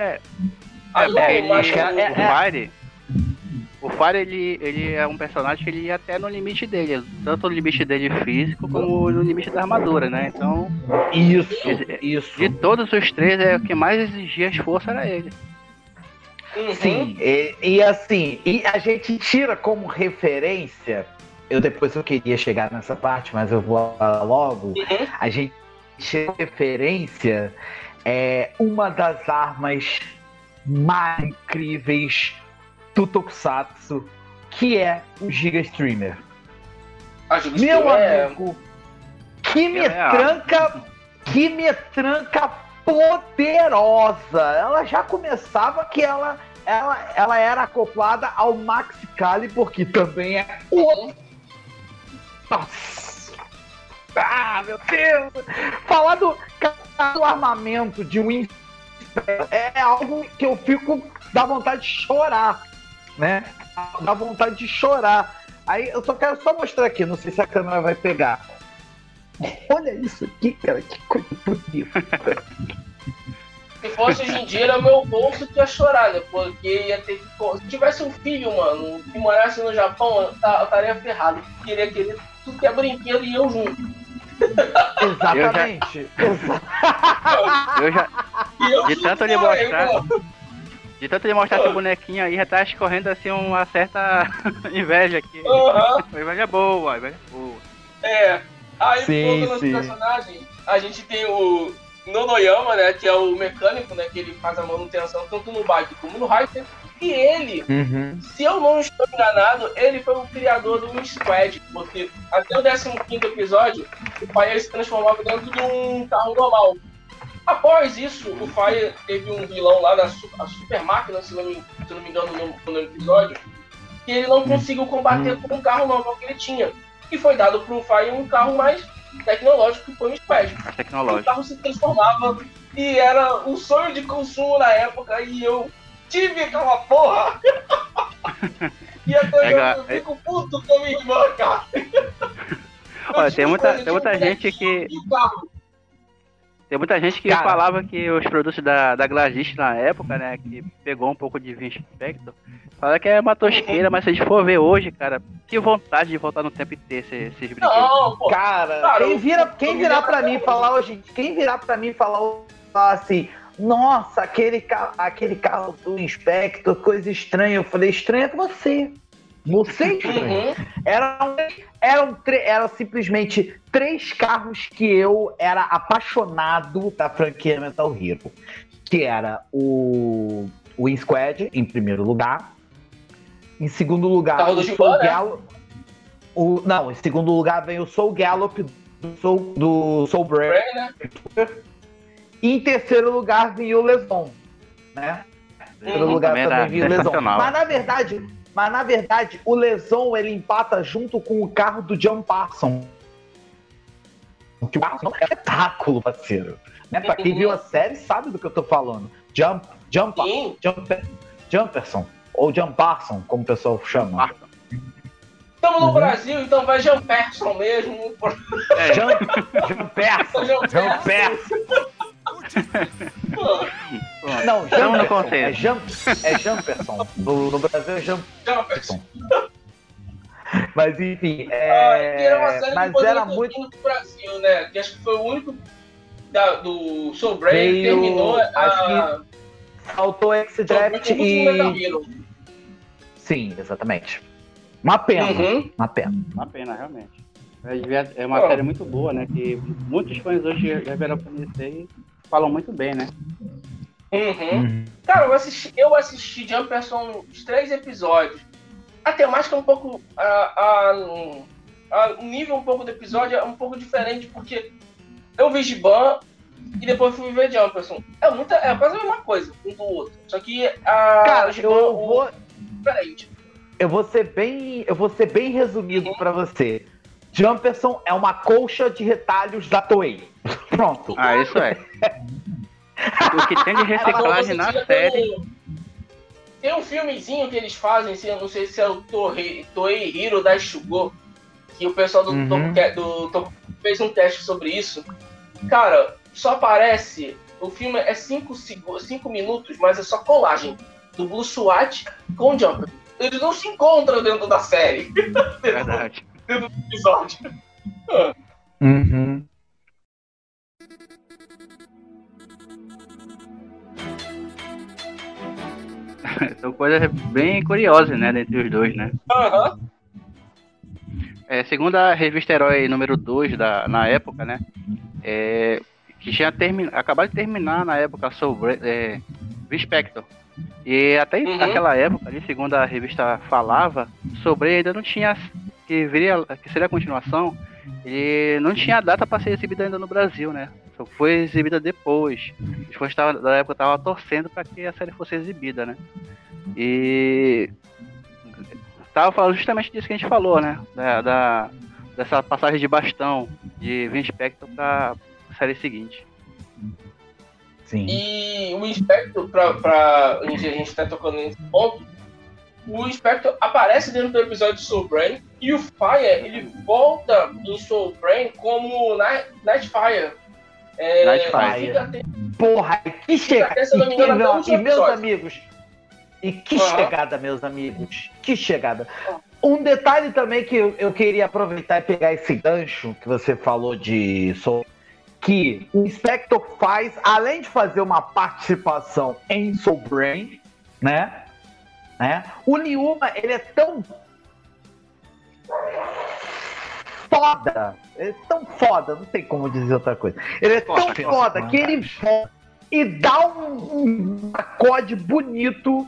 O Fire, ele é um personagem que ele ia até no limite dele, tanto no limite dele físico como no limite da armadura, né? Então, isso. De todos os 3, o que mais exigia esforço era ele. Uhum. Sim, e a gente tira como referência, depois eu queria chegar nessa parte, mas eu vou falar logo, a gente tira referência uma das armas mais incríveis do Tokusatsu, que é o Giga Streamer. Meu amigo, que metranca poderosa. Ela já começava que ela era acoplada ao Maxi Calibur, que também é Nossa! Meu Deus! Falar do armamento de um é algo que eu fico dá vontade de chorar, né? Dá vontade de chorar. Aí eu só quero mostrar aqui, não sei se a câmera vai pegar. Olha isso aqui, cara, que coisa bonita. Se fosse hoje em dia, era o meu bolso que ia chorar, né? Porque ia ter que... Se tivesse um filho, mano, que morasse no Japão, eu estaria ferrado. Queria tudo que é brinquedo e eu junto. Exatamente. De tanto ele mostrar esse bonequinho aí, já tá escorrendo assim uma certa inveja aqui. Uhum. Inveja boa. Aí, voltando aos personagens, a gente tem o Nonoyama, né, que é o mecânico, né, que ele faz a manutenção tanto no bike como no Hyper. E ele, se eu não estou enganado, ele foi o criador do Squad, porque até o 15º episódio, o Fire se transformava dentro de um carro normal. Após isso, o Fire teve um vilão lá da Super Máquina, se não me engano, no episódio, que ele não conseguiu combater com um carro normal que ele tinha. E foi dado pro Fire um carro mais tecnológico, que foi um Squad. O carro se transformava e era um sonho de consumo na época, e eu tive aquela porra! E até eu fico puto com a minha irmã, cara. Olha, tem muita gente que... Tem muita gente que falava que os produtos da Glagist na época, né, que pegou um pouco de Vinspector, fala que é uma tosqueira, mas se a gente for ver hoje, cara, que vontade de voltar no tempo e ter esses brinquedos. Não, pô. Cara, quem virar pra mim e falar assim, nossa, aquele carro do Inspector, coisa estranha, eu falei, estranho é você. Você é estranho. Eram simplesmente 3 carros que eu era apaixonado da franquia Metal Hero. Que era o Squad, em primeiro lugar. Em segundo lugar, Carro do o Gilvan, Soul né? Gallop. Não, em segundo lugar vem o Soul Gallop do Soul Brain. Brain, né? E em terceiro lugar vem o Leson, né? Em terceiro lugar também também era vem o Leson. sensacional. Mas na verdade, o Leson ele empata junto com o carro do John Parson. Que o Parson é um espetáculo, parceiro. Né? Pra quem viu a série sabe do que eu tô falando. Jumperson, ou John Parson, como o pessoal chama. Estamos no Brasil, então vai Jamperson mesmo. Jumperson. Não, Estamos no Jumperson. consenso. É Jumperson. No Brasil é Jumperson. Mas enfim, Era uma série mas que era poderia ter muito. vindo pro Brasil, né? Que acho que foi o único do Soul Brain que Veio, terminou acho faltou X-Draft e. Sim, exatamente. Uma pena. Uma pena. Uma pena, realmente. É uma série muito boa, né? Que muitos fãs hoje já vieram conhecer e falam muito bem, né? Cara, eu assisti Jumperson os 3 episódios. A temática é um pouco. O nível um pouco do episódio é um pouco diferente, porque eu vi Giban e depois fui ver Jumperson. É quase a mesma coisa, um do outro. Só que Cara, Giban diferente. Eu vou ser bem resumido pra você. Jumperson é uma colcha de retalhos da Toei. Pronto. Ah, isso é. O que tem de reciclagem na série. Tem um filmezinho que eles fazem, eu não sei se é o Toei Hero da Shugo, que o pessoal do Toku fez um teste sobre isso. Cara, só aparece. O filme é 5 minutos, mas é só colagem do Blue SWAT com o Jumper. Eles não se encontram dentro da série. Verdade. Dentro do episódio. São coisas bem curiosas, né? Entre os dois, né? Segundo a revista Herói número 2 na época, né? Que tinha acabado de terminar na época sobre V-Spector. E até naquela época, ali, segundo a revista falava, sobre ainda não tinha que seria a continuação, e não tinha data para ser exibida ainda no Brasil, né? Só foi exibida depois. Os fãs da época estavam torcendo para que a série fosse exibida, né? E tava falando justamente disso que a gente falou, né? Dessa passagem de bastão de Vince Spector para a série seguinte. Sim. E o Spector, pra a gente tá tocando nesse ponto, o Spector aparece dentro do episódio de Soul Brain e o Fire, ele volta em Soul Brain como Nightfire. Nightfire. Porra, que chegada! E meus amigos, que chegada, meus amigos, que chegada. Um detalhe também que eu queria aproveitar e pegar esse gancho que você falou de Soul, que o Spector faz, além de fazer uma participação em Soul Brain, né? O Niuma, ele é tão foda, não tem como dizer outra coisa. Ele é tão foda que ele volta e dá um sacode bonito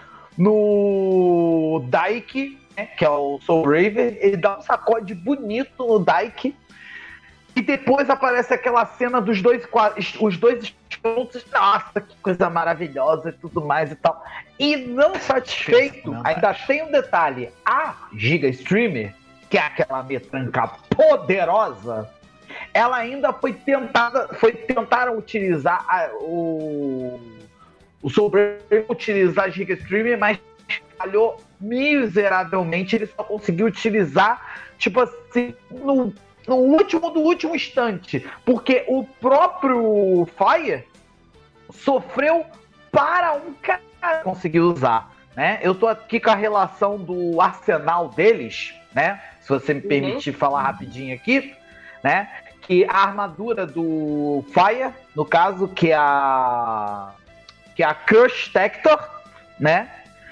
no Daiki, né, que é o Soul Raver. Ele dá um sacode bonito no Daiki. E depois aparece aquela cena dos os dois juntos. Nossa, que coisa maravilhosa e tudo mais e tal. E não satisfeito, ainda tem um detalhe. A Giga Streamer, que é aquela metranca poderosa, ela ainda tentaram utilizar o sobre utilizar a Giga Streamer, mas falhou miseravelmente. Ele só conseguiu utilizar, tipo assim, no último do último instante, porque o próprio Fire sofreu para um cara conseguir usar, né? Eu tô aqui com a relação do arsenal deles, né? Se você me permitir falar rapidinho aqui, né? Que a armadura do Fire, no caso, que é a Crush Tector, né?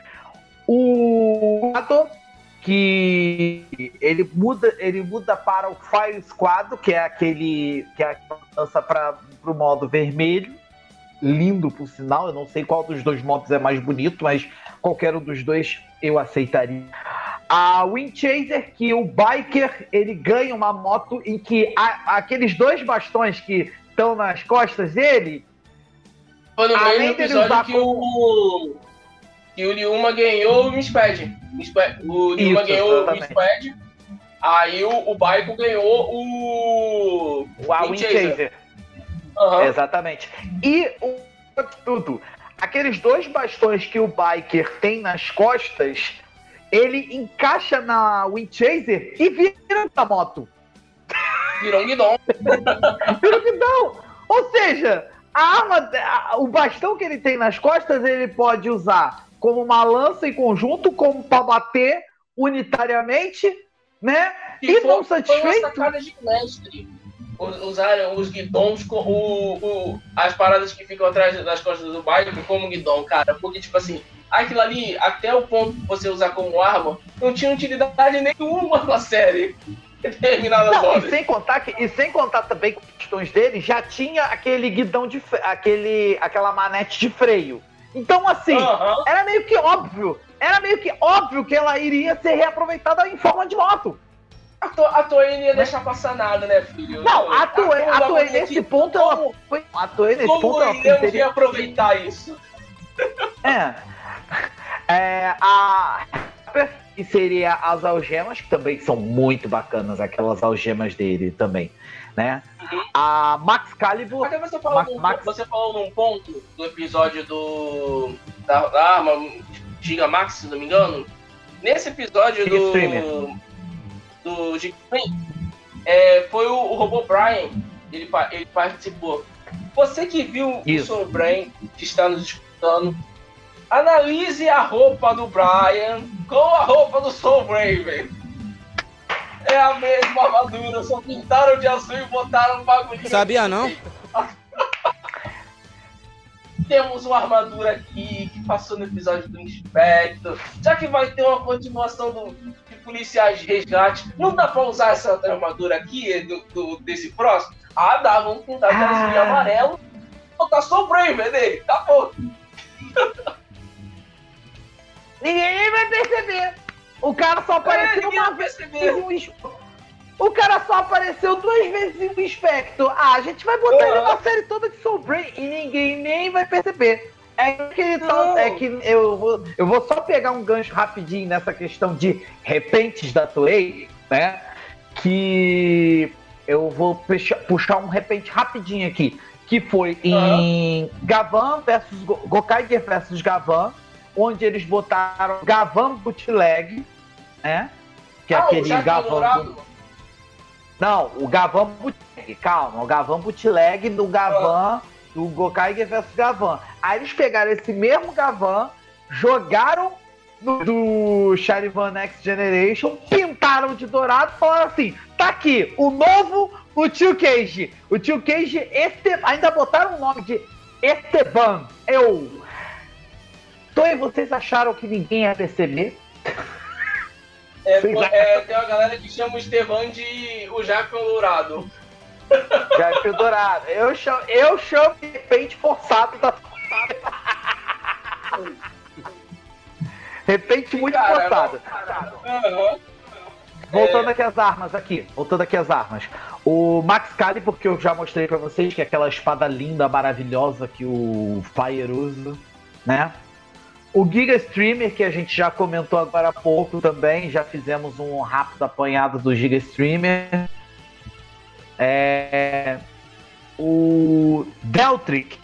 O que ele muda para o Fire Squad, que é aquele que é a lança para o modo vermelho, lindo, por sinal. Eu não sei qual dos dois modos é mais bonito, mas qualquer um dos dois eu aceitaria. A Windchaser, que o biker, ele ganha uma moto em que aqueles dois bastões que estão nas costas dele... Foi no meio do episódio que o Ryuma ganhou o Mispad. O Ryuma ganhou o Mispad, aí o Baiko ganhou o Windchaser. Uhum. Exatamente. E tudo, aqueles dois bastões que o biker tem nas costas, ele encaixa na Windchaser e vira a moto. Virou um guidão. Virou um guidão. Ou seja, a arma, o bastão que ele tem nas costas, ele pode usar como uma lança em conjunto, como para bater unitariamente, né? E não satisfeito. Foi uma sacada de mestre. Usaram os guidões, as paradas que ficam atrás das costas do bike como guidão, cara. Porque, tipo assim, aquilo ali, até o ponto de você usar como arma, não tinha utilidade nenhuma na série. Não, e sem contar também que os pistões dele já tinha aquele guidão aquela manete de freio. Então, assim, era meio que óbvio que ela iria ser reaproveitada em forma de moto. A Toei não ia deixar passar nada, né, filho? Não, a Toei nesse ponto ela foi. A Toei nesse ponto ela foi. Como ia aproveitar isso? E seria as algemas, que também são muito bacanas, aquelas algemas dele também, né? A Max Calibur... Até você falou num ponto do episódio da arma Giga Max, se não me engano. Nesse episódio do Giga foi o Robô Brian, ele participou. Você que viu o Soul Brain, que está nos escutando, analise a roupa do Brian com a roupa do Soul Brain, velho. É a mesma armadura, só pintaram de azul e botaram um bagulho. Sabia não? Temos uma armadura aqui que passou no episódio do Inspector. Já que vai ter uma continuação de policiais de resgate, não dá pra usar essa outra armadura aqui desse próximo? Ah, dá, vamos pintar de azul e amarelo. Botar Soul Brain, velho. Acabou. Ninguém vai perceber. O cara só apareceu uma vez. O cara só apareceu 2 vezes em Inspector. A gente vai botar ele na série toda de Soul Brain e ninguém nem vai perceber. Eu vou só pegar um gancho rapidinho nessa questão de repentes da Toei, né? Que eu vou puxar um repente rapidinho aqui. Que foi em Gavan versus Gokaiger versus Gavan, onde eles botaram Gavan Bootleg, né? Que é aquele Gavan. Não, o Gavan Bootleg, calma, o Gavan Bootleg do Gavan, do Gokaiger vs Gavan. Aí eles pegaram esse mesmo Gavan, jogaram do Charivan Next Generation, pintaram de dourado e falaram assim: tá aqui, o novo, o Tio Cage. O Tio Cage, ainda botaram o nome de Esteban. Toei, vocês acharam que ninguém ia perceber? Tem uma galera que chama o Esteban de o Jaspion Dourado. Jaspion Dourado. Eu chamo de repente forçado da... Repente muito forçado. Voltando aqui às armas. O Max Calibur, que eu já mostrei pra vocês, que é aquela espada linda, maravilhosa que o Fire usa, né? O Giga Streamer, que a gente já comentou agora há pouco também, já fizemos um rápido apanhado do Giga Streamer. O Deltric,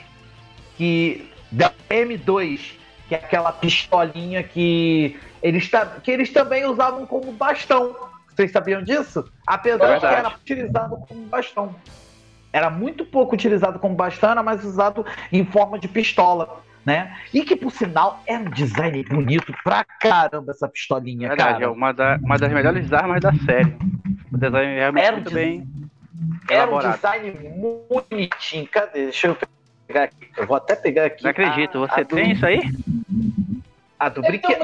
M2, que é aquela pistolinha que eles também usavam como bastão. Vocês sabiam disso? Apesar de que era utilizado como bastão. Era muito pouco utilizado como bastão, era mais usado em forma de pistola, né? E que, por sinal, é um design bonito pra caramba essa pistolinha, verdade, cara. É uma das melhores armas da série. O design é muito bem elaborado. Era um design muito bonitinho. Cadê? Deixa eu pegar aqui. Eu vou até pegar aqui. Não acredito. Você tem isso aí? A do brinquedo.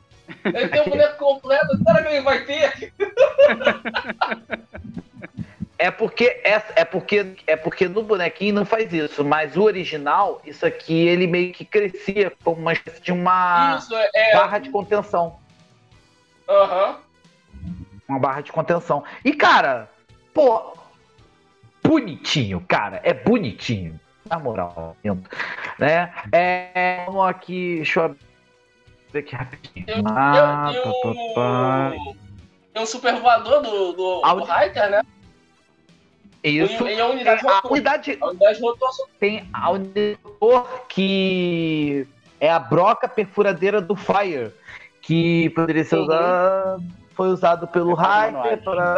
Ele tem um boneco completo. Será que ele vai ter? É porque no bonequinho não faz isso, mas o original, isso aqui, ele meio que crescia como uma espécie de uma barra de contenção. Aham. Uma barra de contenção. E, cara, pô, bonitinho, cara. É bonitinho. Na moral, né? Vamos aqui, deixa eu ver aqui rapidinho. Tem um super voador do Hiker, né? Isso. E a unidade rotor. Tem a unidade rotor que é a broca perfuradeira do Fire, que poderia ser usada, foi usado pelo Hiker,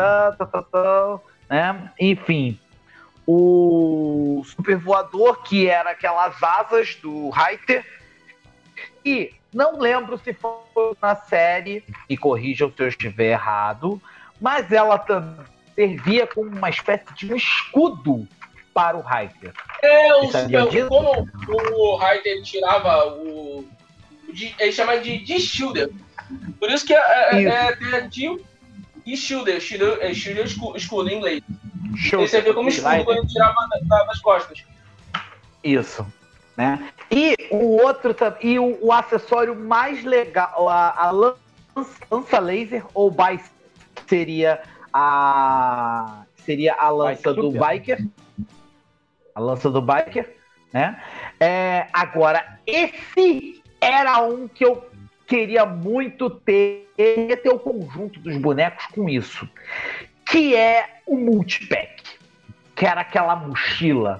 né? Enfim, o super voador, que era aquelas asas do Hiker, e não lembro se foi na série, e corrijam se eu estiver errado, mas ela também servia como uma espécie de um escudo para o Hiker. Como o Hiker tirava ele chama de D-Shielder. Por isso que é D-Shielder. Shielder é escudo em inglês. Ele servia como escudo quando ele tirava das costas. Isso. Né? E o outro, e o acessório mais legal, a lança laser ou Bice, seria a lança do Biker. A lança do Biker, né? Agora, esse era um que eu queria muito ter, o conjunto dos bonecos com isso, que é o Multipack, que era aquela mochila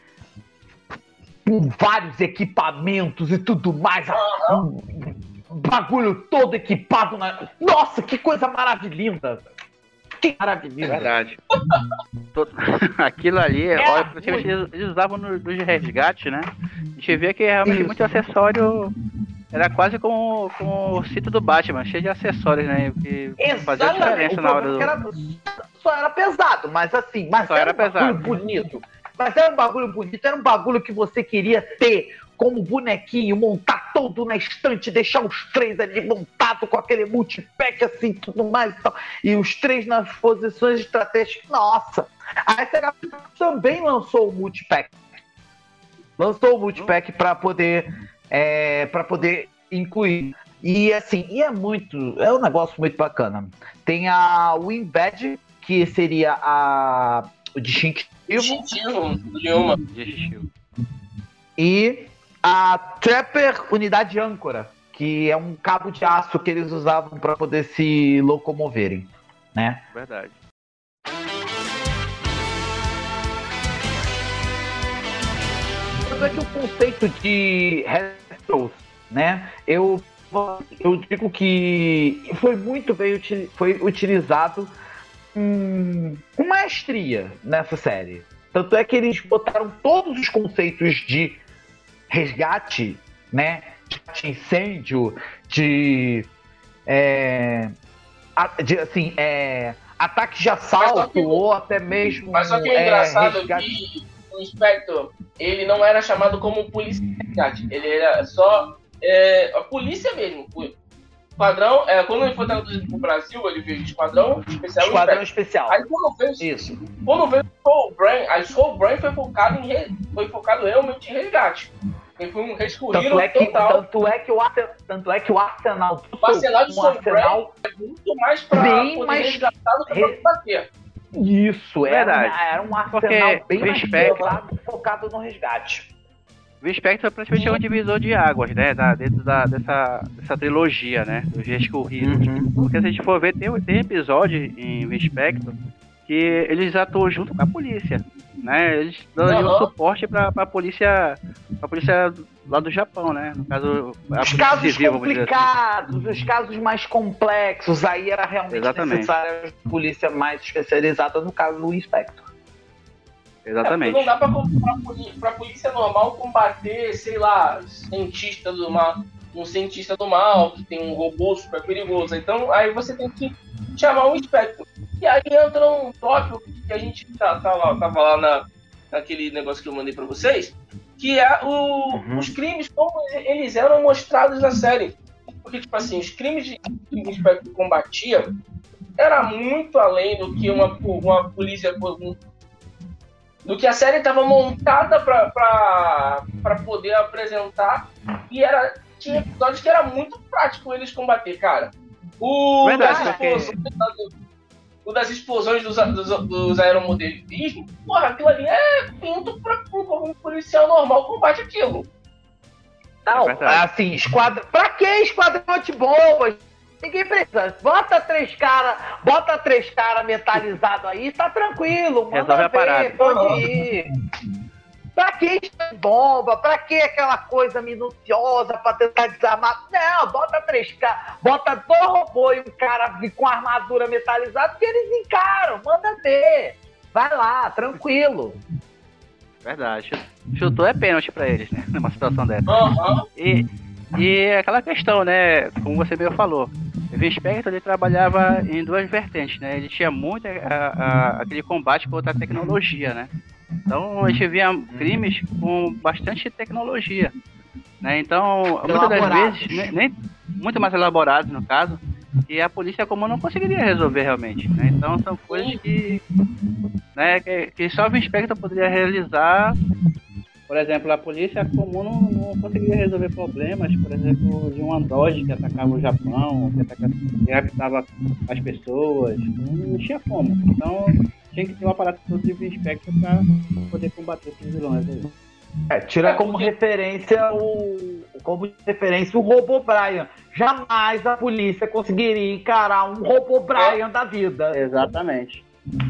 com vários equipamentos e tudo mais, um bagulho todo equipado. Nossa, que coisa maravilhosa! Que maravilhoso! Verdade. Aquilo ali, olha, praticamente eles usavam nos resgates, né? A gente via que realmente muito acessório. Era quase como o cinto do Batman, cheio de acessórios, né? Que fazia diferença na hora do. Só era pesado, mas assim, era um bagulho bonito. Mas era um bagulho bonito, era um bagulho que você queria ter como bonequinho, montar todo na estante, deixar os três ali montados com aquele multipack assim, tudo mais e tal. E os três nas posições estratégicas. Nossa! A SH também lançou o multipack. Para poder incluir. E assim, é um negócio muito bacana. Tem a Winbad, que seria o distintivo de uma. E a Trapper unidade âncora, que é um cabo de aço que eles usavam para poder se locomoverem, né? Verdade. Tanto é que o conceito de retros, né? Eu digo que foi muito bem utilizado com maestria nessa série. Tanto é que eles botaram todos os conceitos de resgate, né? De incêndio, ataque de assalto, ou até mesmo. Mas só que o engraçado é que o Spectre, ele não era chamado como polícia de resgate, ele era só a polícia mesmo. Esquadrão, quando ele foi traduzido pro Brasil, ele veio de Esquadrão Especial. Esquadrão Especial. Aí quando veio Soul Brain, a Soul Brain foi focado realmente em resgate. Ele foi um rescurrido total. Tanto é que o arsenal do Soul Brain é muito mais pra poder resgatar do que pra bater. Isso, era um arsenal bem mais focado no resgate. O Spectre é praticamente um divisor de águas, né? Dentro dessa trilogia, né? Dos rescorridos. Porque se a gente for ver, tem episódio em Spectre que eles atuam junto com a polícia, né? Eles dão suporte pra polícia lá do Japão, né? No caso, os casos complicados, assim. Os casos mais complexos, aí era realmente necessária a polícia mais especializada, no caso do Spectre. Exatamente. Não dá pra polícia normal combater, sei lá, um cientista do mal, que tem um robô super perigoso. Então, aí você tem que chamar um Spectre. E aí entra um tópico que a gente tava lá naquele negócio que eu mandei pra vocês, que é os crimes como eles eram mostrados na série. Porque, tipo assim, os crimes que o Spectre combatia era muito além do que uma polícia, do que a série estava montada para poder apresentar, e tinha episódios que era muito prático eles combater, cara. O das explosões dos aeromodelismos, porra, aquilo ali é pinto para um policial normal combate aquilo. Não, assim, pra que esquadrão de bombas? Ninguém precisa. Bota três cara metalizado aí, tá tranquilo. Manda ver, pode ir. Pra que bomba? Pra que aquela coisa minuciosa pra tentar desarmar? Não, bota 3K, bota 2 robôs e um cara com armadura metalizada que eles encaram, manda ver. Vai lá, tranquilo. Verdade. Chutou é pênalti pra eles, né? Numa situação dessa. Uhum. E aquela questão, né? Como você mesmo falou, o Spectre ele trabalhava em duas vertentes, né? Ele tinha muito aquele combate contra a tecnologia, né? Então a gente via crimes com bastante tecnologia, né? Então muitas das vezes, nem muito mais elaborados no caso, e a polícia comum não conseguiria resolver realmente, né? Então são coisas que, né, que só o Spectre poderia realizar. Por exemplo, a polícia comum não conseguiria resolver problemas, por exemplo, de um androide que atacava o Japão, que raptava as pessoas, não tinha como. Então tinha que ter um aparato todo de Spectre para poder combater esses vilões aí. Tira como referência o Robô Brian. Jamais a polícia conseguiria encarar um Robô Brian da vida. Exatamente.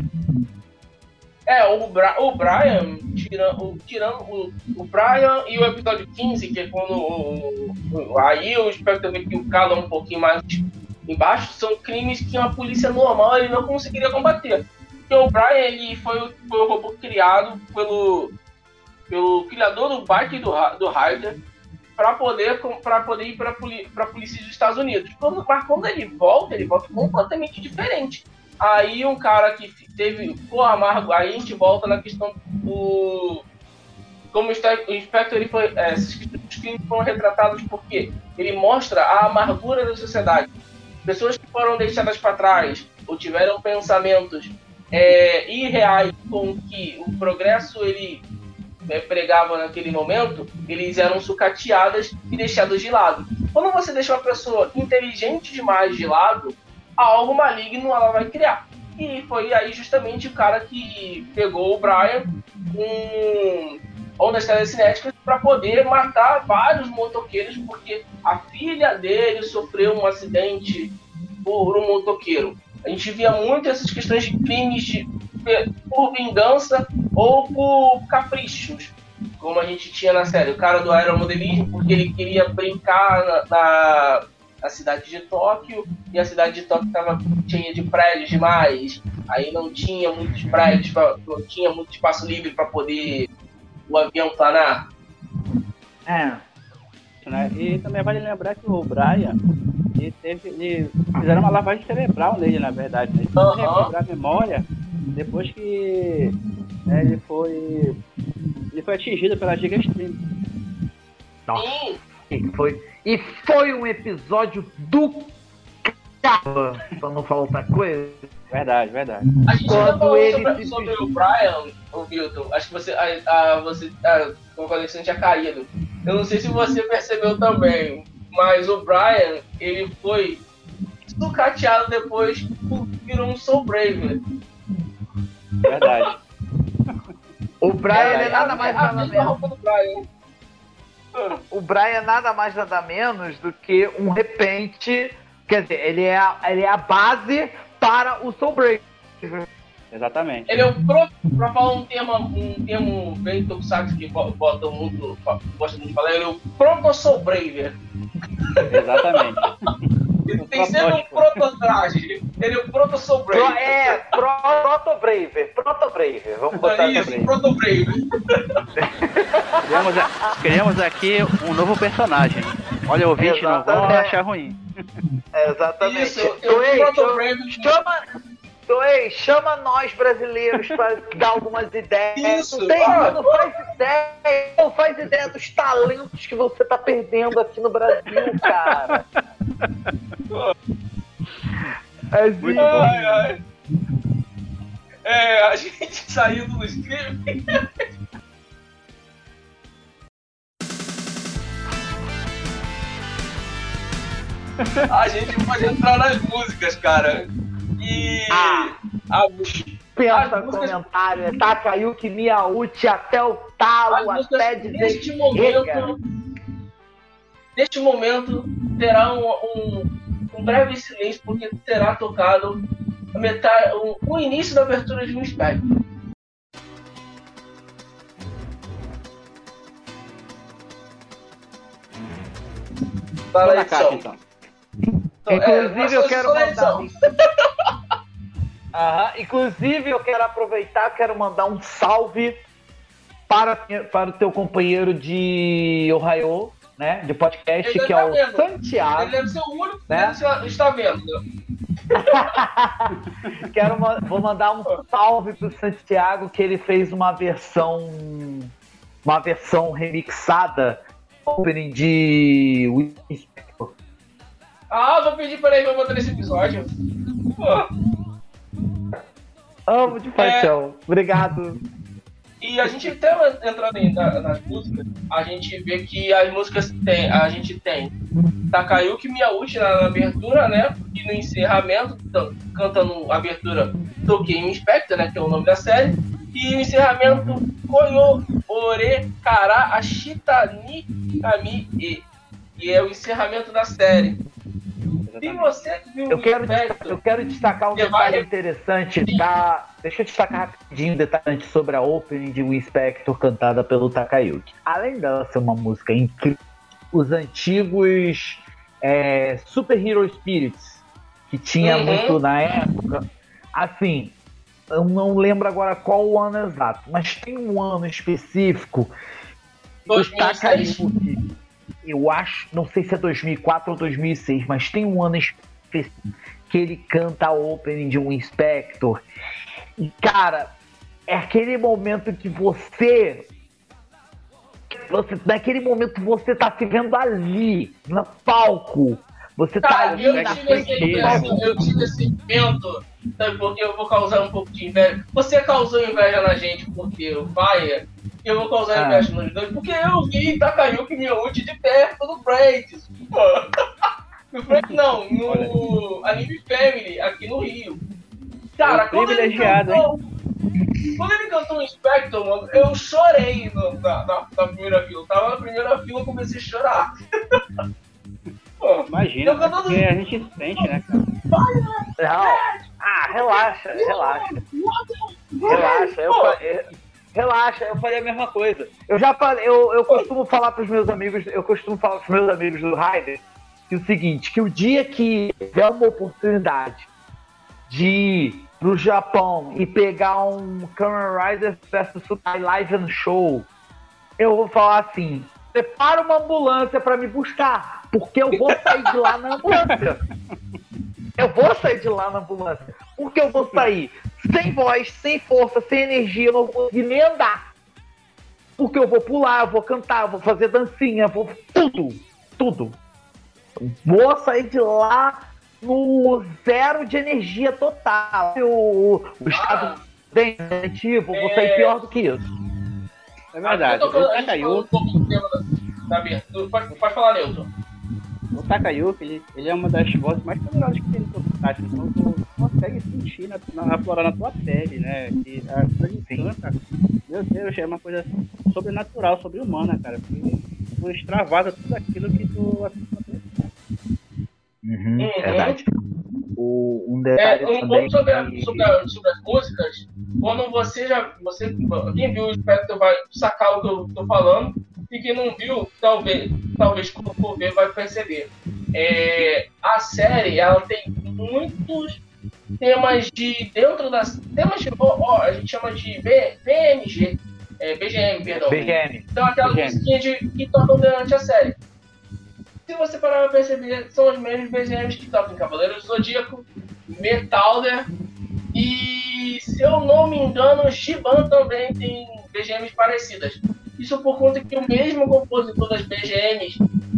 O Brian, tirando o Brian e o episódio 15, que é quando aí o Spectre vê que o calo é um pouquinho mais embaixo, são crimes que uma polícia normal ele não conseguiria combater. Porque o Brian ele foi o robô criado pelo criador do bike do Ryder para poder ir para a polícia dos Estados Unidos. Mas quando ele volta completamente diferente. Aí um cara que teve o amargo, aí a gente volta na questão do... Como o Spectre ele foi... Esses crimes foram retratados porque ele mostra a amargura da sociedade. Pessoas que foram deixadas para trás ou tiveram pensamentos irreais com que o progresso ele pregava naquele momento, eles eram sucateadas e deixadas de lado. Quando você deixa uma pessoa inteligente demais de lado, algo maligno ela vai criar. E foi aí justamente o cara que pegou o Brian com ondas telecinéticas para poder matar vários motoqueiros, porque a filha dele sofreu um acidente por um motoqueiro. A gente via muito essas questões de crimes por vingança ou por caprichos, como a gente tinha na série. O cara do aeromodelismo, porque ele queria brincar na cidade de Tóquio, e a cidade de Tóquio estava cheia de prédios demais, aí não tinha muitos prédios, não tinha muito espaço livre para poder o avião planar. Né? E também vale lembrar que o Brian ele fizeram uma lavagem cerebral nele, na verdade, né? Ele recuperar a memória depois que ele foi atingido pela Giga Stream. Nossa. E foi um episódio do caramba, pra não falar outra coisa. Verdade. A gente já falou sobre o Brian, o Milton. Acho que você concordei que você não tinha caído. Eu não sei se você percebeu também, mas o Brian, ele foi sucateado depois, virou um Soul Braver. Verdade. O Brian é nada mais nada menos. O Brian é nada mais nada menos do que um repente. Quer dizer, ele é a base para o Soul Braver. Exatamente. Ele é pra falar um termo bem tokusatsu que gosta muito de falar, ele é o Proto Soul Braver. Exatamente. Ele tem sempre um proto-traje. Ele é o Proto Soul Braver. Proto Braver. Vamos botar isso, Proto Braver. Criamos aqui um novo personagem. Olha, o ouvinte, não vão achar ruim. Exatamente. Isso, Proto Braver. Chama nós brasileiros para dar algumas ideias. Isso, não faz ideia dos talentos que você tá perdendo aqui no Brasil, cara. Muito Ai, ai. A gente saindo do script. A gente pode entrar nas músicas, cara. E. Pensa as no músicas- comentário, é Takayuki Miyauchi até o talo, as até músicas dizer chega. neste momento, terá um breve silêncio, porque será tocado o início da abertura de um espectro. Fala Tô aí, na caixa, edição. então. Inclusive, eu quero só na mandar. edição. Inclusive, eu quero aproveitar, quero mandar um salve para o teu companheiro de Ohio, né? De podcast, Ele que tá é o vendo. Santiago. Ele deve ser o único que Né? está vendo. Vou mandar um salve pro Santiago, que ele fez uma versão remixada opening de Wii Spectrum. Vou pedir para ele pra botar nesse episódio. Pô. Amo de paixão. Obrigado. E a gente até entrando nas músicas, a gente vê que as músicas a gente tem Takayuki Miyauchi na abertura, né? E no encerramento, cantando a abertura Tokei Inspector, né? Que é o nome da série. E o encerramento Koyo Ore Kara Ashita ni Kami E. E é o encerramento da série. E você que viu Eu o quero destacar um detalhe interessante. Deixa eu destacar rapidinho um detalhe sobre a opening de Wii Spectrum cantada pelo Takayuki. Além dela ser uma música incrível, os antigos Super Hero Spirits, que tinha muito na época, assim, eu não lembro agora qual o ano exato, mas tem um ano específico do 2006. Takayuki. Eu acho, não sei se é 2004 ou 2006, mas tem um ano específico que ele canta a opening de um Inspector. E, cara, é aquele momento que naquele momento você tá se vendo ali, no palco. Você tá Cara, ali eu na tive esse evento, sabe, porque eu vou causar um pouco de inveja. Você causou inveja na gente porque o Fire, e eu vou causar inveja nos dois, porque eu vi Takayuki Miyauchi de perto no Friends. No Friends não, no Anime Family, aqui no Rio. Cara, quando ele cantou o Inspector, mano, eu chorei na primeira fila. Eu tava na primeira fila e comecei a chorar. Imagina, porque a gente sente, né, cara? Não. Relaxa. Relaxa, eu falei a mesma coisa. Eu já falei, eu costumo falar pros meus amigos, do Raider, que o seguinte, que o dia que tiver uma oportunidade de ir pro Japão e pegar um Kamen Rider vs Sukai Live and Show, eu vou falar assim: prepara uma ambulância pra me buscar, porque eu vou sair de lá na ambulância. Porque eu vou sair sem voz, sem força, sem energia, eu não vou conseguir nem andar. Porque eu vou pular, eu vou cantar, eu vou fazer dancinha, vou tudo. Vou sair de lá no zero de energia total. O estado detentivo, vou sair pior do que isso. É verdade. O Takayuki, Pode falar, Nilton. o Takayuki, ele é uma das vozes mais poderosas que tem no seu podcast. Então tu consegue sentir aflorar na tua pele, né? E quando ele canta, meu Deus, é uma coisa sobrenatural, sobre-humana, cara. Porque tu extravasa tudo aquilo que tu assiste. Verdade. Um detalhe Um também pouco sobre as músicas, quando quem viu o Spectre vai sacar o que eu tô falando, e quem não viu, talvez quando for ver vai perceber. A série, ela tem muitos temas temas a gente chama de BMG, BGM, perdão. BGM. Então aquela musiquinha que tocam durante a série. Se você parar pra perceber, são os mesmos BGMs que tocam em Cavaleiros do Zodíaco, Metalder e, se eu não me engano, Shiban também tem BGMs parecidas. Isso por conta que o mesmo compositor das BGMs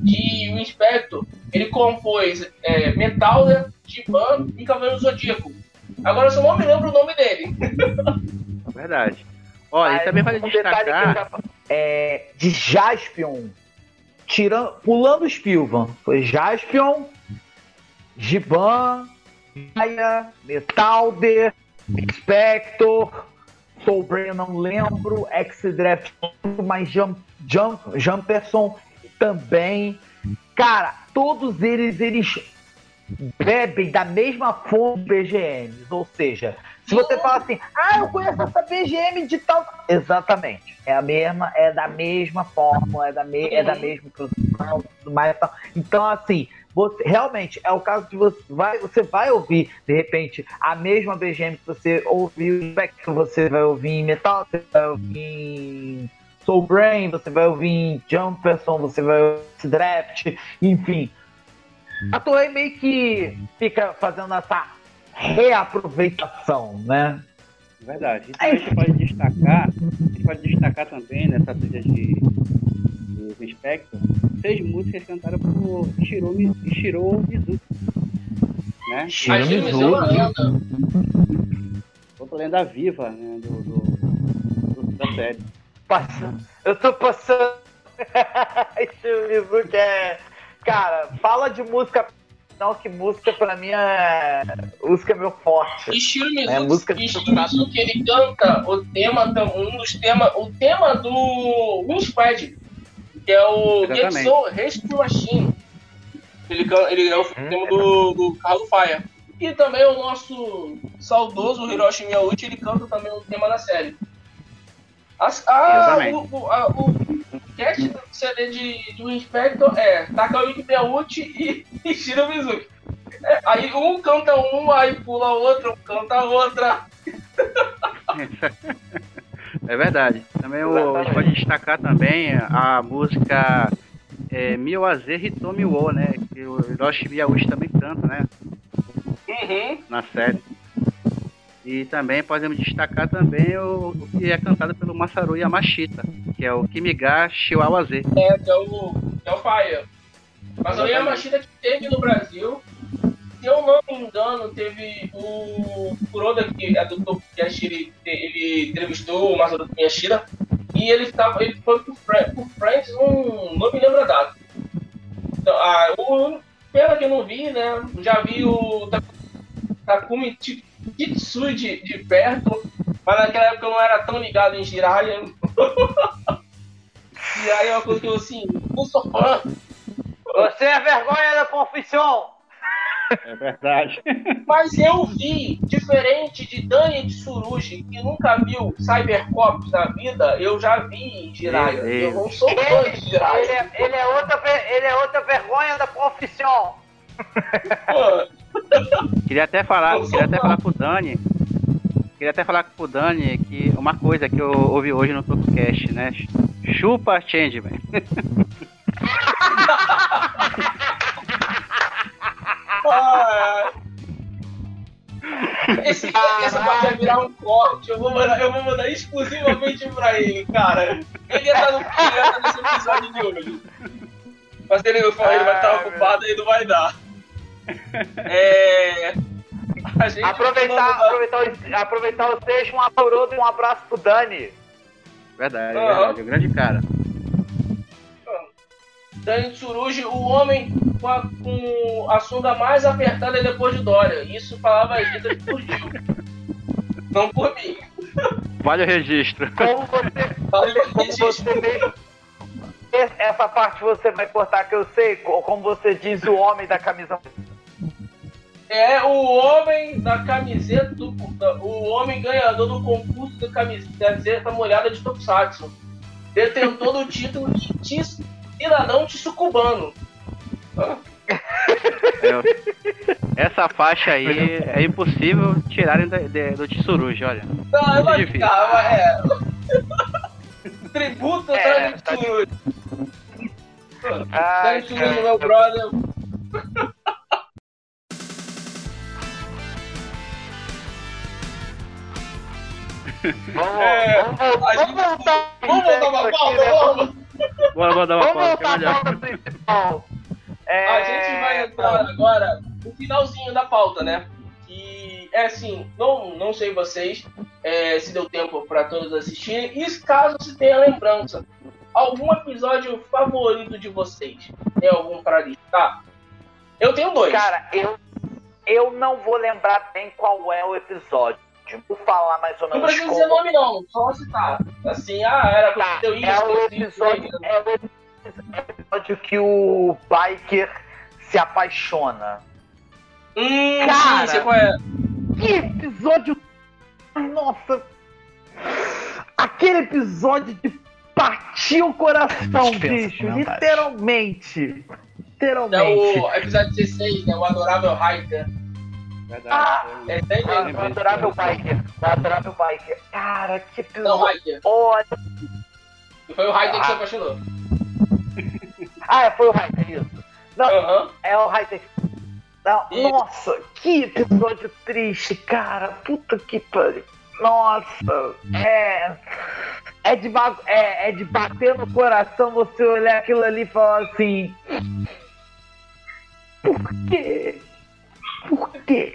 que o Inspector, ele compôs Metalder, Giban e Cavaleiro do Zodíaco. Agora eu só não me lembro o nome dele. Verdade. Ó, e também vale destacar... de Jaspion, pulando o Spilvan, foi Jaspion, Giban, Gaia, Metalder, Spector, Soul Brain eu não lembro, X-Draft, mas Jumperson também. Cara, todos eles bebem da mesma fonte de BGMs, ou seja, se você fala assim, eu conheço essa BGM de tal... Exatamente, é da mesma fórmula, é da mesma produção, tudo mais e tal. Então, assim, realmente é o caso de você vai ouvir, de repente, a mesma BGM que você ouviu em Spectrum, você vai ouvir em Metal, você vai ouvir em Soul Brain, você vai ouvir em Jumperson, você vai ouvir em Draft, enfim. A Toei meio que fica fazendo essa reaproveitação, né? Verdade. Então a gente pode destacar também nessa trilha de Spectre 6 músicas cantadas por Shiro Mizuki. Né? Shiro Mizuki. Outra lenda viva, né, da série. Eu tô passando. Shiro Mizuki Cara, fala de música. Não, que música pra mim música é meu forte. E Shiro Mizuki, ele canta o tema do Winspad, que é o Getsu Rescue Machine. Ele é o tema do Carlo Fire. E também o nosso saudoso Hiroshi Miyauchi, ele canta também o tema da série. O cast do CD do Inspector Takayuki Miyauchi e Shiro Mizuki. Aí um canta aí pula a outra, um canta a outra. É verdade. Também a gente pode destacar também a música Miwaze Hitomi wo, né? Que o Hiroshi Miyauchi também canta, né? Na série. E também podemos destacar também o que é cantado pelo Masaru Yamashita, que é o Kimiga Shiwawaze. Que é o Fire. Masaru Yamashita que teve no Brasil. Se eu não me engano, teve o Kuroda, que é do Tokyo, ele entrevistou o Masaru Yamashita. E ele foi por Friends, não me lembro a data. Então, pena que eu não vi, né? Já vi o Takumi Kitsui de perto, mas naquela época eu não era tão ligado em Jiraiya. Jiraiya é uma coisa que eu assim, não sou fã. Você é vergonha da profissão! É verdade. Mas eu vi, diferente de Dani Tsurugi, que nunca viu Cybercops na vida, eu já vi em Jiraiya. Eu não sou fã de Jiraiya. Ele é outra vergonha da profissão. Queria até falar pro Dani que uma coisa que eu ouvi hoje no TokuCast, né? Chupa Changeman. Essa vai virar um corte. Eu vou mandar exclusivamente pra ele, cara. Ele ia estar nesse episódio de hoje. Mas ele vai estar ocupado e não vai dar. Aproveitar o sexto, um aporodo e um abraço pro Dani. Verdade, verdade, um grande cara. Dani Tsurugi, o homem com a sunga mais apertada depois de Dória. Isso falava as letras por Gil. Não por mim. Vale o registro. Como você mesmo. Essa parte você vai cortar que eu sei, como você diz, o homem da camisa. É o homem da camiseta, o homem ganhador do concurso da camiseta molhada de Tokusatsu. Detentor do título de cidadão tsucubano. Essa faixa aí é impossível tirarem do Tsurugi, olha. Não, eu não ficava, Tributo da Tsurugi. Dani Tsurugi, meu brother. Vamos voltar pra pauta, vamos! Bora mandar uma Vamos pauta, que é voltar à melhor. pauta principal. A gente vai entrar agora no finalzinho da pauta, né? Que é assim, não sei vocês se deu tempo para todos assistirem. E caso se tenha lembrança, algum episódio favorito de vocês? Tem algum para listar? Eu tenho 2. Cara, eu não vou lembrar bem qual é o episódio. Vou falar mais ou Não menos precisa dizer nome não, só citar. Assim, era aconteceu isso. É o aconteceu episódio que o biker se apaixona. Cara, sim, qual é? Que episódio... Nossa! Aquele episódio de partir o coração, bicho. Literalmente. É o episódio 16, né? O Adorável Hiker. Verdade. O Adorável Biker. Cara, que episódio. Não, Hiker. Olha. Foi o Hiker que se apaixonou. Foi o Hiker, isso. Não, é o Hiker. Não, nossa, que episódio triste, cara. Puta que pariu. Nossa, é de bater no coração você olhar aquilo ali e falar assim. Por quê? Por quê?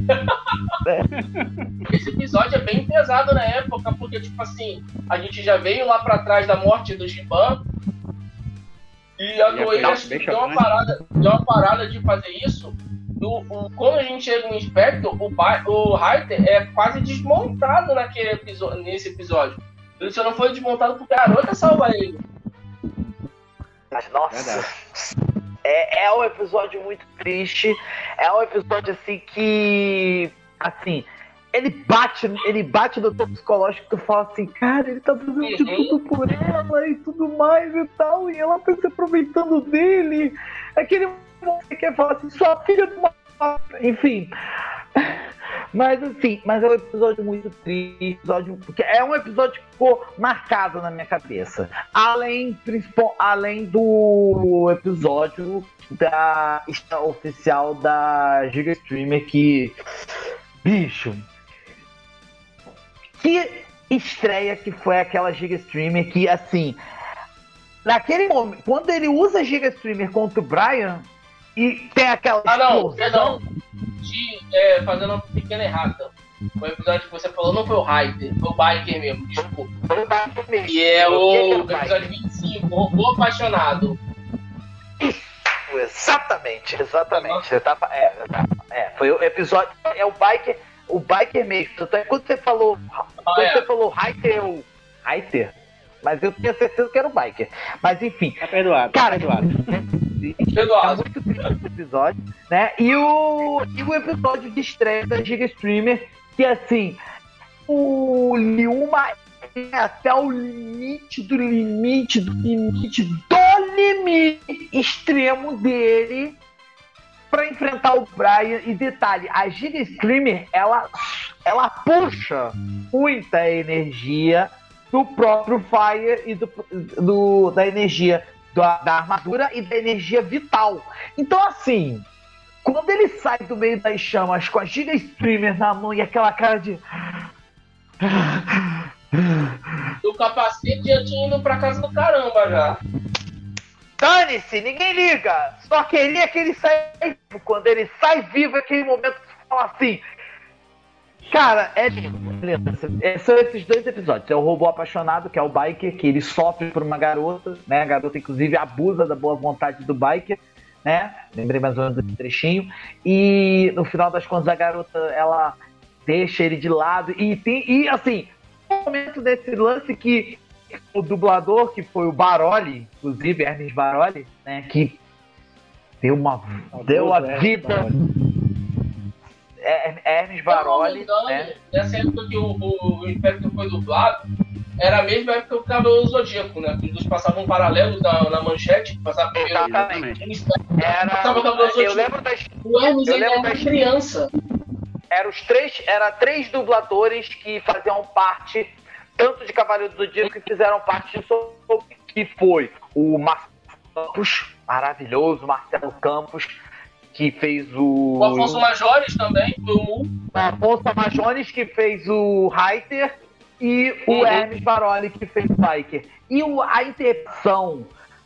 Esse episódio é bem pesado na época, porque, tipo assim, a gente já veio lá pra trás da morte do Giban. E a Toei acho que deu uma parada de fazer isso. Quando a gente chega no Inspector, o Hyter é quase desmontado nesse episódio. Ele só não foi desmontado porque a garota salva ele. Mas, nossa, é um episódio muito triste. É um episódio assim que, assim, ele bate no teu psicológico. Tu fala assim, cara, ele tá fazendo de tudo por ela e tudo mais e tal, e ela tá se aproveitando dele. Aquele momento que quer falar assim, sua filha de uma... Enfim. Mas assim, é um episódio muito triste, porque é um episódio que ficou marcado na minha cabeça. Além do episódio da oficial da Giga Streamer, que, bicho, que estreia que foi aquela Giga Streamer que, assim, naquele momento, quando ele usa a Giga Streamer contra o Brian e tem aquela perdão. Fazendo uma pequena errata. O episódio que você falou não foi o Hyper, foi o Biker mesmo, desculpa. Foi o Biker mesmo. E é o episódio 25, o Robô Apaixonado. Exatamente. Você tava, foi o episódio, é o Biker mesmo. Quando você falou Hyper, mas eu tinha certeza que era o Biker. Mas enfim. Tá perdoado. Cara, tá perdoado. Tá muito triste esse episódio, né? E o episódio de estreia da Giga Streamer, que assim, o Liuma é até o limite do limite extremo dele pra enfrentar o Brian. E detalhe, a Giga Streamer, ela puxa muita energia do próprio Fire e da energia da armadura e da energia vital. Então, assim, quando ele sai do meio das chamas com a Giga Streamer na mão e aquela cara de... O capacete já tinha ido pra casa do caramba já. Dane-se, ninguém liga. Só queria que ele saia vivo. Quando ele sai vivo, é aquele momento que você fala assim... Cara, é lindo. São esses 2 episódios. É o Robô Apaixonado, que é o Biker, que ele sofre por uma garota, né? A garota, inclusive, abusa da boa vontade do Biker, né? Lembrei mais ou menos desse trechinho. E, no final das contas, a garota, ela deixa ele de lado. E assim, no momento desse lance que o dublador, que foi o Baroli, inclusive, Hermes Baroli, né? Que deu a vida... Hermes Baroli, né? Nessa época que o Inspector foi dublado, era a mesma época que o Cavaleiro Zodíaco, né? Os dois passavam um paralelo na manchete, passava primeiro. Exatamente. Eu lembro o Hermes era criança. Era 3 dubladores que faziam parte tanto de Cavaleiro do Zodíaco que fizeram parte disso, que foi o Marcelo Campos, maravilhoso Marcelo Campos, que fez o Afonso Majores também, foi o Afonso Majores, que fez o Hyter, e o Hermes Baroli, que fez o Biker. E a interpretação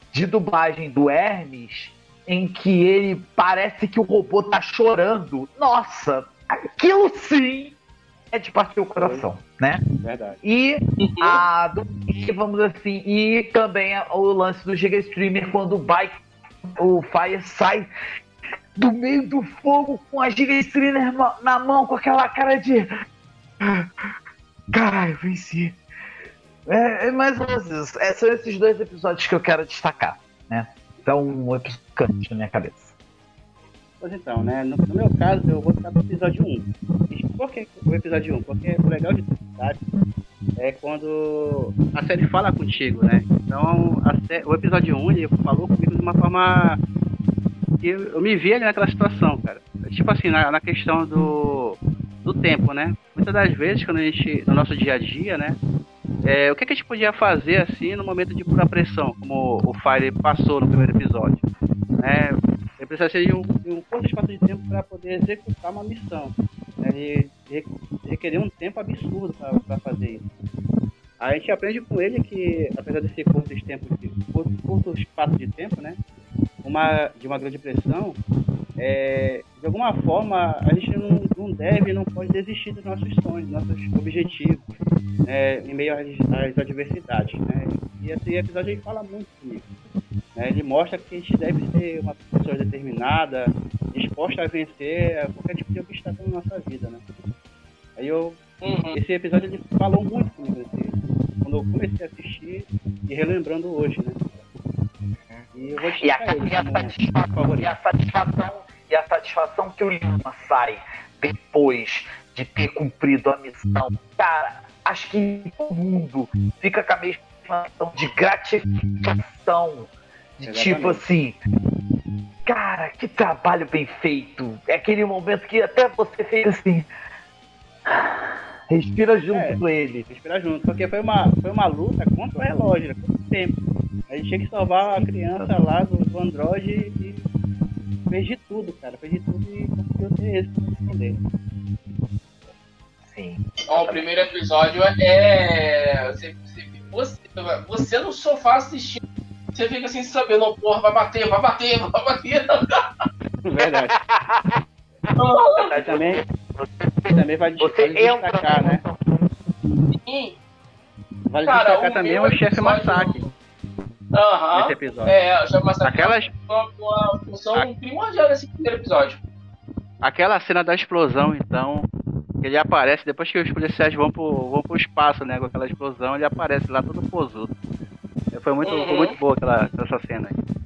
de dublagem do Hermes, em que ele parece que o robô tá chorando. Nossa, aquilo sim é de partir o coração, né? Verdade. E vamos assim, e também o lance do Giga Streamer quando o Fire sai do meio do fogo com a Giga Streamer na mão, com aquela cara de caralho, venci. Mais ou menos isso. São esses 2 episódios que eu quero destacar, né? Então, um episódio na minha cabeça. Pois então, né? No meu caso, eu vou ficar pro episódio 1. E por que o episódio 1? Porque o legal de tudo é quando a série fala contigo, né? Então, o episódio 1, ele falou comigo de uma forma que eu me vi ali naquela situação, cara. Tipo assim, na questão do tempo, né? Muitas das vezes, quando a gente, no nosso dia a dia, né? O que a gente podia fazer, assim, no momento de pura pressão, como o Fire passou no primeiro episódio, né? Ele precisa ser de um curto espaço de tempo para poder executar uma missão, né? Ele requerer um tempo absurdo para fazer isso. A gente aprende com ele que, apesar desse curto espaço de tempo, né? De uma grande pressão, de alguma forma a gente não deve, não pode desistir dos nossos sonhos, dos nossos objetivos, em meio às adversidades, né? E esse episódio ele fala muito comigo, né? Ele mostra que a gente deve ser uma pessoa determinada, disposta a vencer qualquer tipo de obstáculo na nossa vida, né? Aí esse episódio ele falou muito comigo, quando eu comecei a assistir e relembrando hoje, né? E eu vou destacar e a satisfação que o Lima sai depois de ter cumprido a missão. Cara, acho que todo mundo fica com a mesma sensação de gratificação. De tipo assim, cara, que trabalho bem feito. É aquele momento que até você fez assim. Respira junto com ele. Respira junto, porque foi uma luta contra o relógio, né? Contra o tempo. A gente tinha que salvar a criança lá do Android e fez de tudo, cara. Fez de tudo e conseguiu ter êxito na missão dele. Sim. O primeiro episódio você no sofá assistindo, você fica assim sabendo, porra, vai bater. Verdade. Também vai destacar, né? Sim. Vale destacar também o chefe Masaki. Nesse episódio. O chefe Masaki uma função primordial nesse primeiro episódio. Aquela cena da explosão, então, ele aparece depois que os policiais vão pro espaço, né? Com aquela explosão, ele aparece lá todo posudo. Foi muito boa essa cena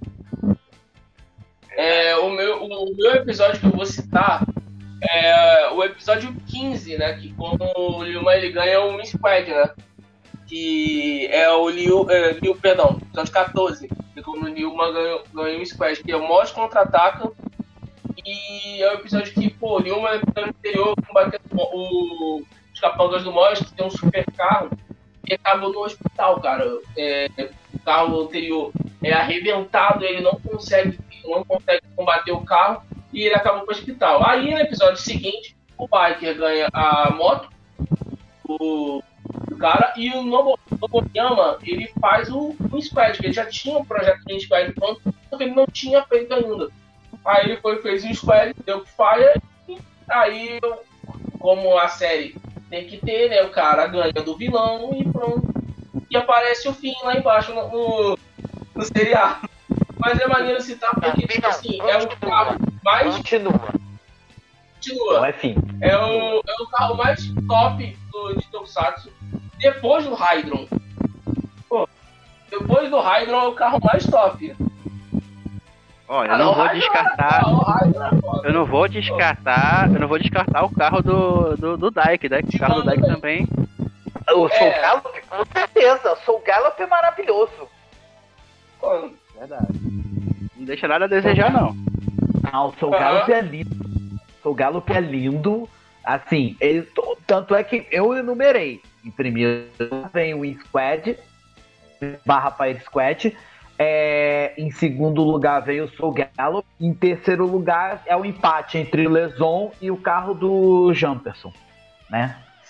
aí. O meu episódio que eu vou citar é o episódio 15, né? Que quando o Lima ele ganha um squad, né? Que é o episódio 14. Que quando o Lima ganha um squad, que é o Mod contra-ataca. E é o episódio que, o Lima no episódio anterior combatendo os capangas do Mod, que tem um super carro, e acabou no hospital, cara. O carro anterior é arrebentado, ele não consegue combater o carro e ele acaba no hospital. Aí no episódio seguinte, o Biker ganha a moto do cara e o Nobuyama ele faz o squad, que ele já tinha um projeto de squad pronto, só que ele não tinha feito ainda. Aí ele fez um squad, deu fire, e aí, como a série tem que ter, né, o cara ganha do vilão e pronto. E aparece o fim lá embaixo no seriado. Mas é maneiro citar porque, tipo assim, é o carro mais... Continua. Não é fim. É o carro mais top de Tokusatsu. Depois do Hydron. Depois do Hydron é o carro mais top. Olha, eu não vou descartar. Eu não vou descartar o carro do Daik, né? O carro do Daik também. O Soul Gallop, com certeza. O Soul Gallop é maravilhoso. Verdade. Não deixa nada a desejar, não. Não, o Soul Gallop é lindo. O Soul Gallop é lindo. Assim, tanto é que eu enumerei. Em primeiro vem o Squad, /Fire Squad. Em segundo lugar veio o Soul Gallop. Em terceiro lugar é o empate entre o Leson e o carro do Jumperson, né?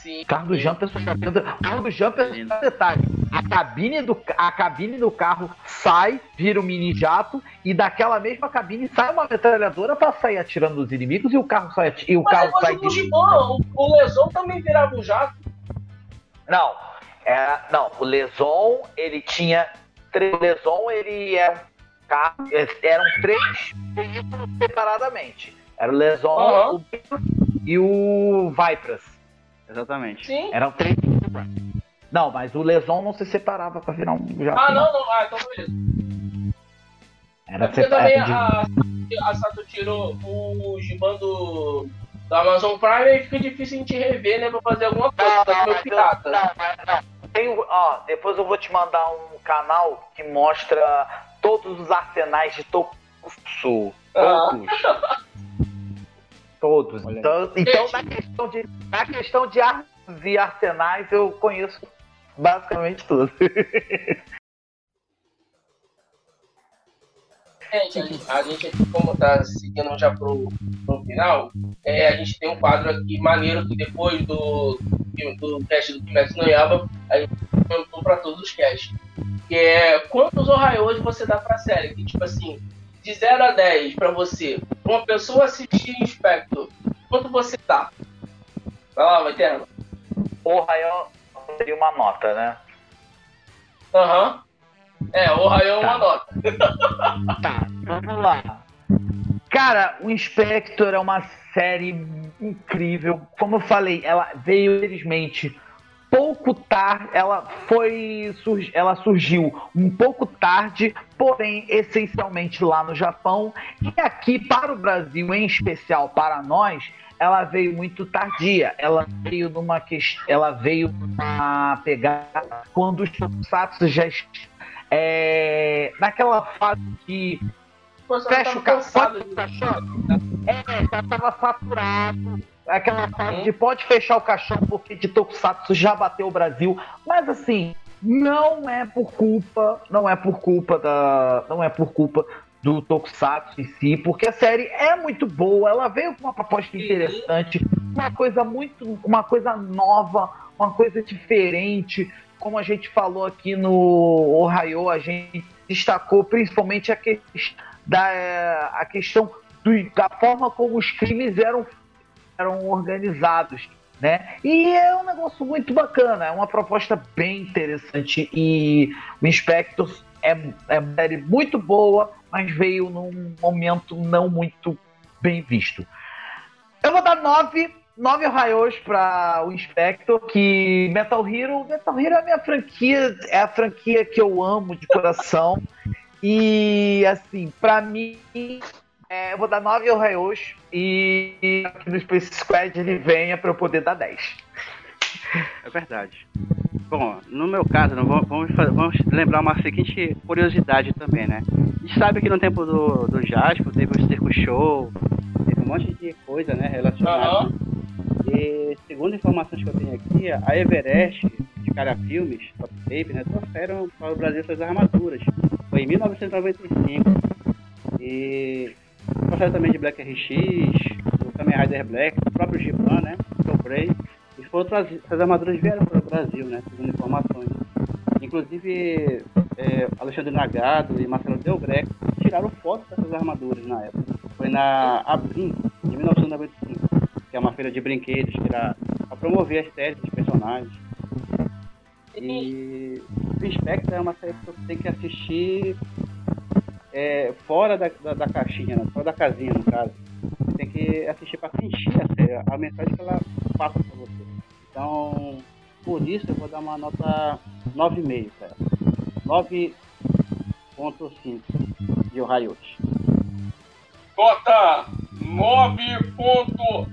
Sim. O carro do Jumper só o carro do Jumper é um detalhe. A cabine do carro sai, vira um mini jato, e daquela mesma cabine sai uma metralhadora pra sair atirando nos inimigos e o carro sai o Giban, o Leson também virava um jato. Não, o Leson, ele tinha. O Leson, ele era um carro. Eram 3 veículos separadamente. Era o Leson, o e o Vipras. Exatamente. Sim. Eram 3. Não, mas o Leson não se separava pra virar um jato. Não. Então beleza. Era porque também a Sato tirou o Giban do Amazon Prime e fica difícil a gente rever, né? Pra fazer alguma coisa. Depois eu vou te mandar um canal que mostra todos os arsenais de Tokusatsu. Todos. Então na questão de armas e arsenais, eu conheço basicamente tudo. A gente aqui, como tá seguindo já pro final, a gente tem um quadro aqui maneiro que depois do cast do Kimetsu no Yaiba, a gente comentou pra todos os casts. Que é quantos Ohayos você dá pra série? Que tipo assim, de 0 a 10 pra você, uma pessoa assistir Inspector, quanto você dá? Vai lá, vai ter. Ohayou seria uma nota, né? Ohayou é uma nota. Tá, vamos lá. Cara, o Inspector é uma série incrível. Como eu falei, ela veio, infelizmente, pouco tarde. Ela surgiu um pouco tarde, porém, essencialmente lá no Japão. E aqui para o Brasil, em especial para nós, ela veio muito tardia. Ela veio numa pegada quando os tokusatsu já naquela fase que fecha o caixão, já tava saturado. Aquela fase de pode fechar o caixão porque de tokusatsu já bateu o Brasil. Mas assim, não é por culpa do tokusatsu em si, porque a série é muito boa, ela veio com uma proposta interessante, uma coisa nova, uma coisa diferente. Como a gente falou aqui no Ohayou, a gente destacou principalmente a questão da forma como os crimes eram organizados, né? E é um negócio muito bacana, é uma proposta bem interessante, e o Inspector é uma série muito boa, mas veio num momento não muito bem visto. Eu vou dar 9 Ohayos para o Inspector, que Metal Hero é a minha franquia, é a franquia que eu amo de coração. E assim, para mim, eu vou dar 9 Ohayos, e aqui no Space Squad ele venha para eu poder dar 10. É verdade. Bom, no meu caso, vamos lembrar uma seguinte curiosidade também, né? A gente sabe que no tempo do Jasper teve o Circo Show, teve um monte de coisa, né, relacionada. E segundo informações que eu tenho aqui, a Everest de Cara Filmes, Top Tape, né, trouxeram para o Brasil suas armaduras. Foi em 1995. E trouxeram também de Black RX, do Kamen Rider Black, do próprio Giban, né, do Prey. E foram essas armaduras vieram para o Brasil, né, segundo informações. Inclusive, Alexandre Nagado e Marcelo Del Greco tiraram fotos dessas armaduras na época. Foi na Abrim, de 1995, que é uma feira de brinquedos que era para promover as séries dos personagens. E o Inspector é uma série que você tem que assistir fora da caixinha, né? Fora da casinha, no caso. Você tem que assistir para sentir a série, a mensagem que ela passa para você. Então, por isso eu vou dar uma nota 9,5, cara. 9,5 de Ohayos. Bota 9,5.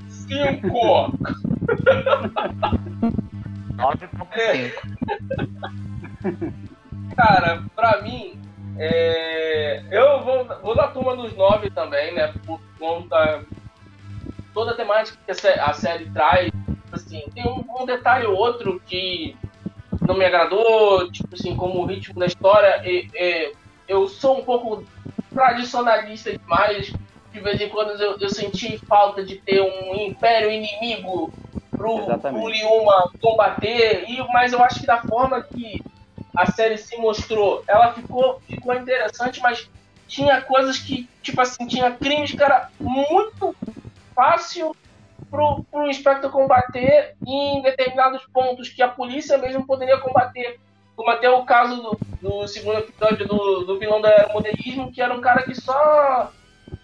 9,5. Cara, pra mim, eu vou da turma dos 9 também, né? Por conta toda a temática que a série traz. Assim, tem um detalhe ou outro que não me agradou, tipo assim, como o ritmo da história. Eu sou um pouco tradicionalista demais. De vez em quando eu senti falta de ter um império inimigo Exatamente. Ryuma combater, mas eu acho que da forma que a série se mostrou, ela ficou interessante, mas tinha coisas que, tipo assim, tinha crimes que era muito fácil pro Spectre combater em determinados pontos que a polícia mesmo poderia combater. Como até o caso do segundo episódio do vilão do aeromodelismo, que era um cara que só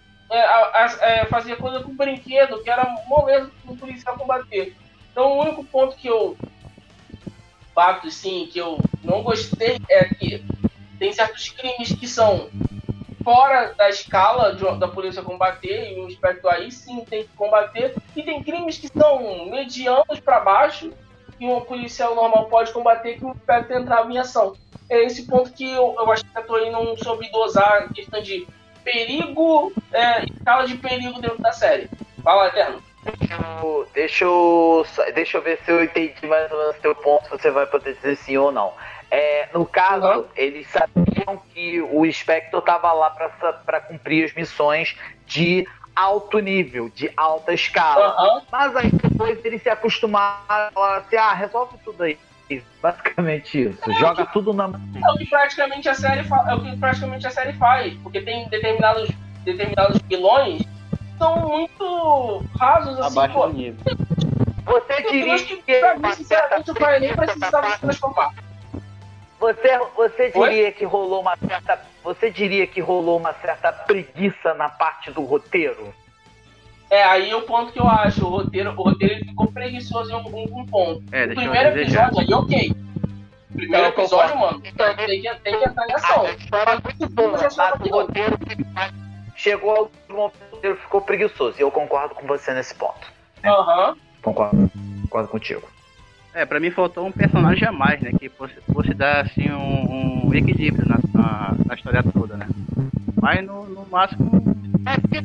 fazia coisa com brinquedo, que era moleza pro policial combater. Então o único ponto que eu bato, sim, que eu não gostei é que tem certos crimes que são fora da escala da polícia combater, e o Spectre aí sim tem que combater, e tem crimes que são medianos para baixo, que um policial normal pode combater, que o Spectre entrava em ação. É esse ponto que eu acho que a Toei não soube dosar a questão de perigo, escala de perigo dentro da série. Fala, Eterno. Deixa eu ver se eu entendi mais ou menos o teu ponto, você vai poder dizer sim ou não. No caso, eles sabiam que o Spectre estava lá para cumprir as missões de alto nível, de alta escala. Mas aí depois eles se acostumaram a falar assim, resolve tudo aí. Basicamente isso. Joga tudo na mão. É o que praticamente a série faz, porque tem determinados vilões que são muito rasos, assim, abaixo do nível. Você diria que pra mim, sinceramente, o Brian nem precisava se transformar. Você diria que rolou uma certa. Você diria que rolou uma certa preguiça na parte do roteiro? Aí é o ponto que eu acho. O roteiro ele ficou preguiçoso em algum ponto. Deixa o primeiro episódio aí, ok. O primeiro episódio, mano, tem que entrar em ação. O roteiro chegou ao ponto, o roteiro ficou preguiçoso. E eu concordo com você nesse ponto. Concordo contigo. Pra mim faltou um personagem a mais, né? Que fosse dar assim um equilíbrio na história toda, né? Mas no máximo. Porque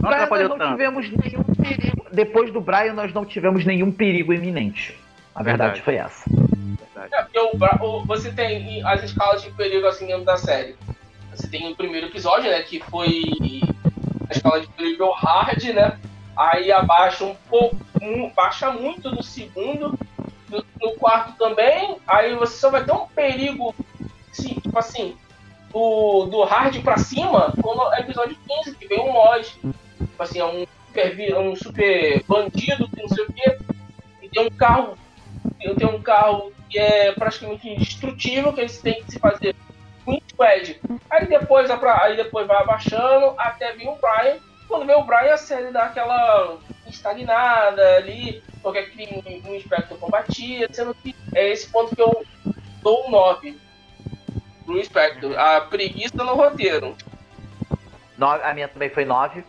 depois do Brian nós não tivemos nenhum perigo iminente. A verdade foi essa. Porque você tem as escalas de perigo assim dentro da série. Você tem o primeiro episódio, né? Que foi a escala de perigo hard, né? Aí abaixa um pouco, baixa muito no segundo. No quarto também, aí você só vai ter um perigo, tipo assim, do hard pra cima, quando é episódio 15, que vem um Moz, tipo assim, é um super bandido, que não sei o que, e tem um carro que é praticamente indestrutível, que eles têm que se fazer com squad. Aí depois vai abaixando, até vir o Brian. Quando vem o Brian, a série dá aquela estagnada ali, qualquer crime no Spectre combatia, sendo que é esse ponto que eu dou um 9 pro Spectre. A preguiça no roteiro. A minha também foi 9.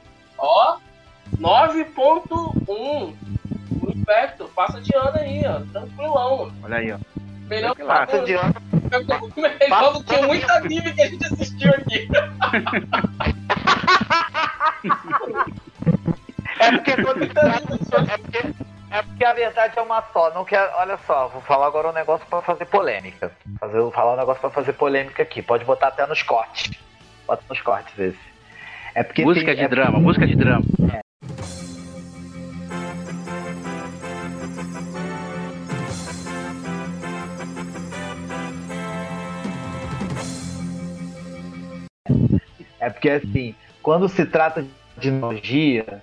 9.1 pro Spectre. Passa de ano aí, ó. Tranquilão. Olha aí, ó. Melhor passa de ano. Melhor do que muito anime que a gente assistiu aqui. É porque a verdade é uma só. Não quero, olha só, vou falar agora um negócio pra fazer polêmica. Vou falar um negócio pra fazer polêmica aqui. Pode botar até nos cortes. Bota nos cortes esse. É porque música de drama. É porque assim, quando se trata de nostalgia,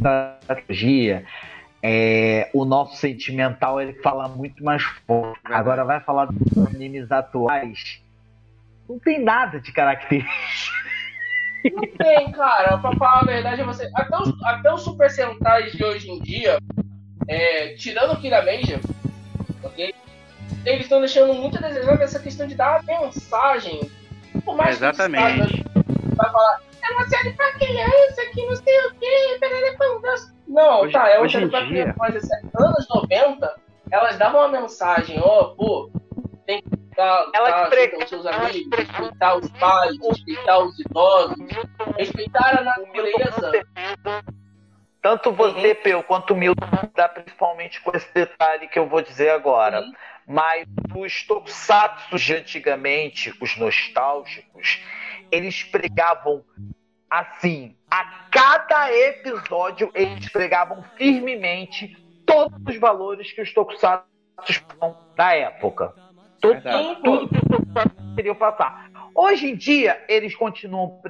o nosso sentimental ele fala muito mais forte. Agora vai falar dos animes atuais, não tem nada de característica. Não tem, cara. Pra falar a verdade, até os Super Sentais de hoje em dia, tirando o Kirameja, ok? Eles estão deixando muito a desejar nessa questão de dar a mensagem. Por mais exatamente. Que vai falar, é uma série pra criança, que não sei o que, não, hoje, é uma série pra criança, mas anos 90, elas davam uma mensagem, tem que com seus amigos, respeitar os pais, respeitar os idosos, respeitar a natureza. Tanto você, Peu, quanto o Milton, dá principalmente com esse detalhe que eu vou dizer agora. Mas os tokusatsu de antigamente, os nostálgicos, eles pregavam assim, a cada episódio eles pregavam firmemente todos os valores que os tokusatsu da época. Tudo que os tokusatsu queriam passar. Hoje em dia, eles continuam,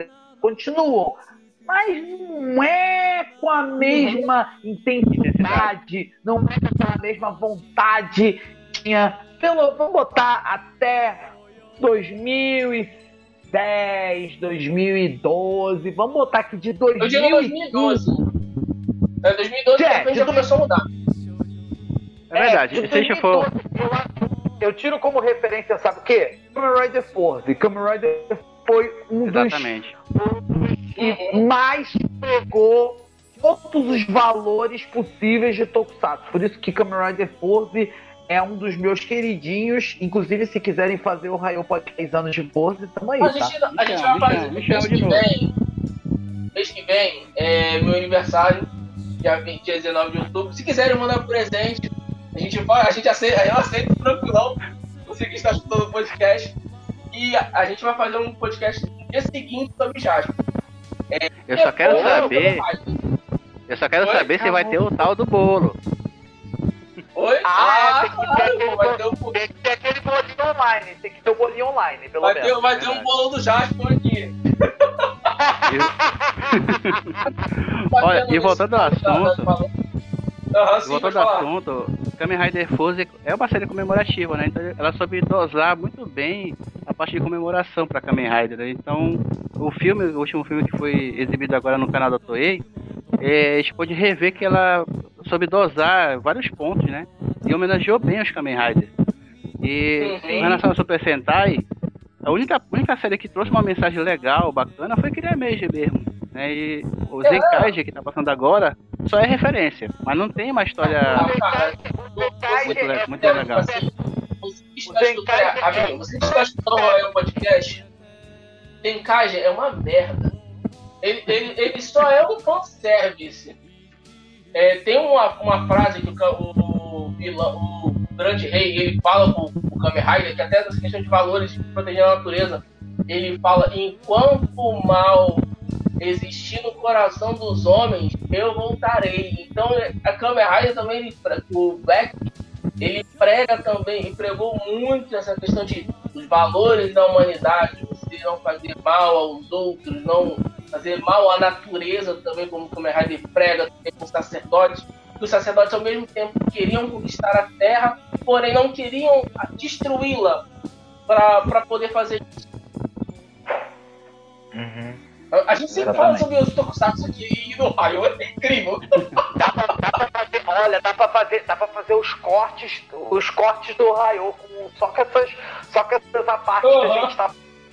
mas não é com a mesma intensidade, não é com a mesma vontade que tinha. Vamos botar até 2010, 2012, vamos botar aqui de 2012. Eu digo 2012. 2012 a já começou a mudar. É verdade, se a gente for... Eu tiro como referência, sabe o quê? Kamen Rider Force. Kamen Rider foi um dos que mais pegou todos os valores possíveis de Tokusatsu. Por isso que Kamen Rider Force é um dos meus queridinhos. Inclusive, se quiserem fazer o Raio Podcast 10 anos de Force, tamo aí, a gente vai fazer mês que vem é meu aniversário, dia 19 de outubro. Se quiserem mandar presente, a gente aceita, eu aceito tranquilão. Você que está escutando o podcast. E a gente vai fazer um podcast no dia seguinte sobre Jasper. Eu só quero saber se vai ter o tal do bolo. Oi? Tem que ter aquele bolinho online. Tem que ter o bolinho online, pelo menos. Vai ter um bolo do Jasper aqui. Olha, e voltando ao assunto, Kamen Rider Force é uma série comemorativa, né? Então ela soube dosar muito bem a parte de comemoração para Kamen Rider, né? Então o último filme que foi exibido agora no canal da Toei, a gente pôde rever que ela soube dosar vários pontos, né? E homenageou bem os Kamen Rider. E em relação ao Super Sentai, a única série que trouxe uma mensagem legal, bacana, foi Kiramager mesmo, né? E o Zenkaiger que tá passando agora só é referência, mas não tem uma história muito legal. Você está escutando o podcast? Zenkaiger é uma merda. Ele só é um fanservice. Tem uma frase que o grande rei, ele fala com o Kamen Rider, que até nessa questão de valores de proteger a natureza, ele fala: enquanto o mal existir no coração dos homens, eu voltarei. Então a Kamen Rider também, o Black, ele prega também, ele pregou muito essa questão dos valores da humanidade, você não fazer mal aos outros, não fazer mal à natureza também, como o Kamen Rider prega com os sacerdotes. Os sacerdotes ao mesmo tempo queriam conquistar a Terra, porém não queriam destruí-la para poder fazer isso. A gente sempre fala sobre os tokusatsu aqui no Raio, é incrível. Dá pra fazer os cortes do Raio só com essas partes que a gente tá.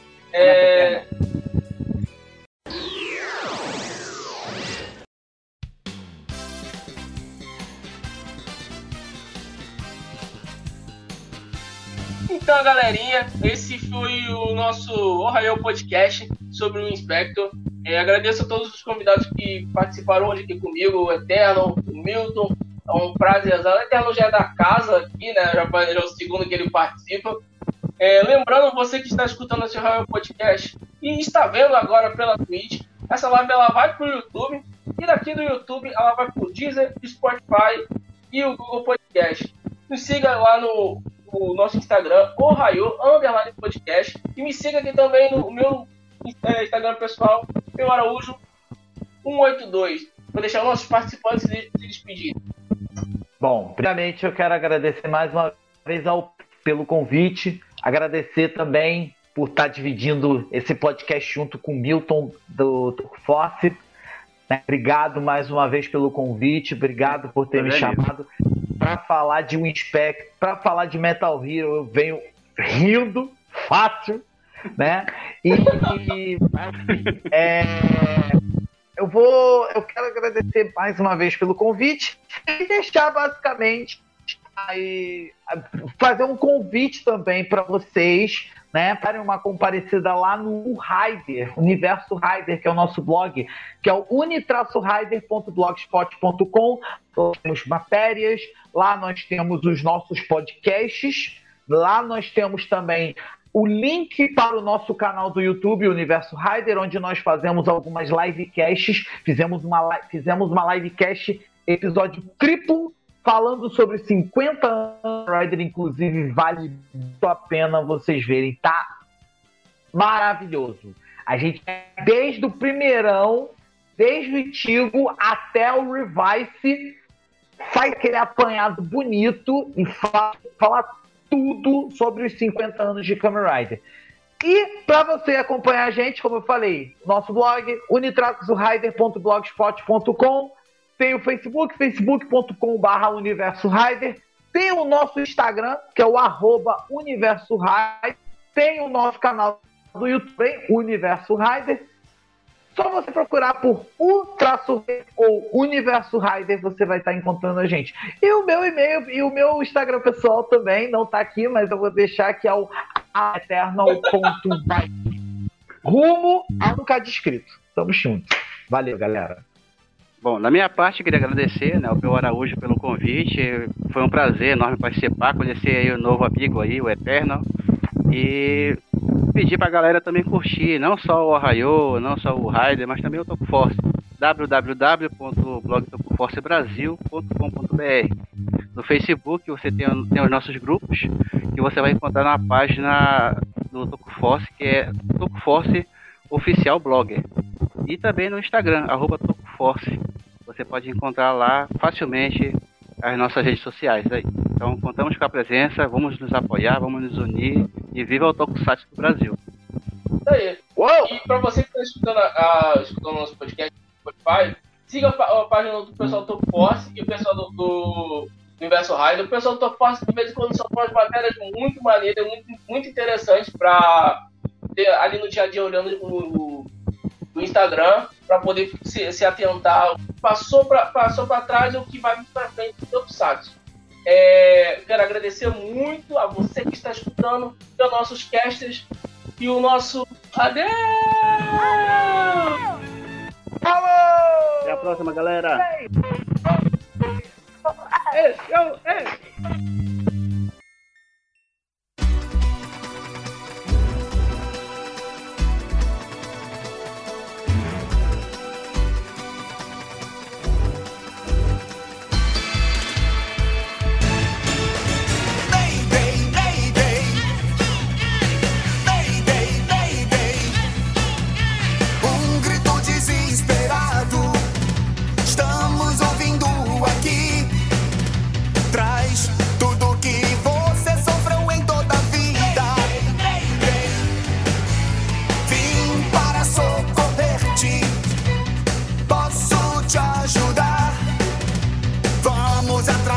Então, galerinha, esse foi o nosso Ohio Podcast sobre o Inspector. Agradeço a todos os convidados que participaram hoje aqui comigo, o Eterno, o Milton. É um prazer. O Eterno já é da casa aqui, né? Já é o segundo que ele participa. Lembrando, você que está escutando esse Ohio Podcast e está vendo agora pela Twitch, essa live ela vai para o YouTube, e daqui do YouTube ela vai para o Deezer, Spotify e o Google Podcast. Nos siga lá no nosso Instagram, Ohio_podcast, e me siga aqui também no meu Instagram pessoal, meu Araújo 182. Vou deixar os nossos participantes se despedirem. Bom, primeiramente eu quero agradecer mais uma vez pelo convite, agradecer também por estar dividindo esse podcast junto com o Milton do Force. Obrigado mais uma vez pelo convite, obrigado por ter me chamado para falar de um Inspector, para falar de Metal Hero. Eu venho rindo fácil, né? Eu quero agradecer mais uma vez pelo convite e deixar basicamente fazer um convite também para vocês, né, para uma comparecida lá no Rider, Universo Rider, que é o nosso blog, que é o uni-rider.blogspot.com. Temos matérias, lá nós temos os nossos podcasts, lá nós temos também o link para o nosso canal do YouTube, Universo Rider, onde nós fazemos algumas livecasts. Fizemos uma livecast episódio triplo falando sobre 50 anos Rider, inclusive vale muito a pena vocês verem, tá maravilhoso. A gente, desde o primeirão, desde o antigo até o Revice, faz aquele apanhado bonito e fala tudo sobre os 50 anos de Kamen Rider. E para você acompanhar a gente, como eu falei, nosso blog, unitraxorider.blogspot.com, tem o Facebook, facebook.com/universorider, tem o nosso Instagram, que é o @universorider, tem o nosso canal do YouTube, Universo Rider. Só você procurar por U-Rider ou Universo Rider, você vai estar encontrando a gente. E o meu e-mail e o meu Instagram pessoal também, não tá aqui, mas eu vou deixar que é o eternal.by. Rumo ao nunca descrito. Tamo junto. Valeu, galera. Bom, da minha parte, queria agradecer, né, ao Peu Araújo pelo convite. Foi um prazer enorme participar, conhecer aí o novo amigo aí, o Eternal. E pedir pra galera também curtir, não só o Arraiô, não só o Rider, mas também o Toku Force. www.blogtokuforcebrasil.com.br. No Facebook você tem os nossos grupos, que você vai encontrar na página do Toku Force, que é Toku Force Oficial Blogger. E também no Instagram, @Toku Force. Você pode encontrar lá facilmente as nossas redes sociais aí. Então contamos com a presença, vamos nos apoiar, vamos nos unir e viva o Tokusatsu do Brasil. Isso aí. Uou! E pra você que está escutando o nosso podcast no Spotify, siga a página do pessoal do Toku Force e o pessoal do Universo Rider. O pessoal do Toku Force de vez em quando são umas matérias muito maneiras, muito interessantes pra ter ali no dia a dia olhando o Instagram, para poder se atentar. Passou para trás o que vai para frente do Tokusatsu. Quero agradecer muito a você que está escutando, os nossos casters e o nosso adeus! Até a próxima, galera! Vamos atrás.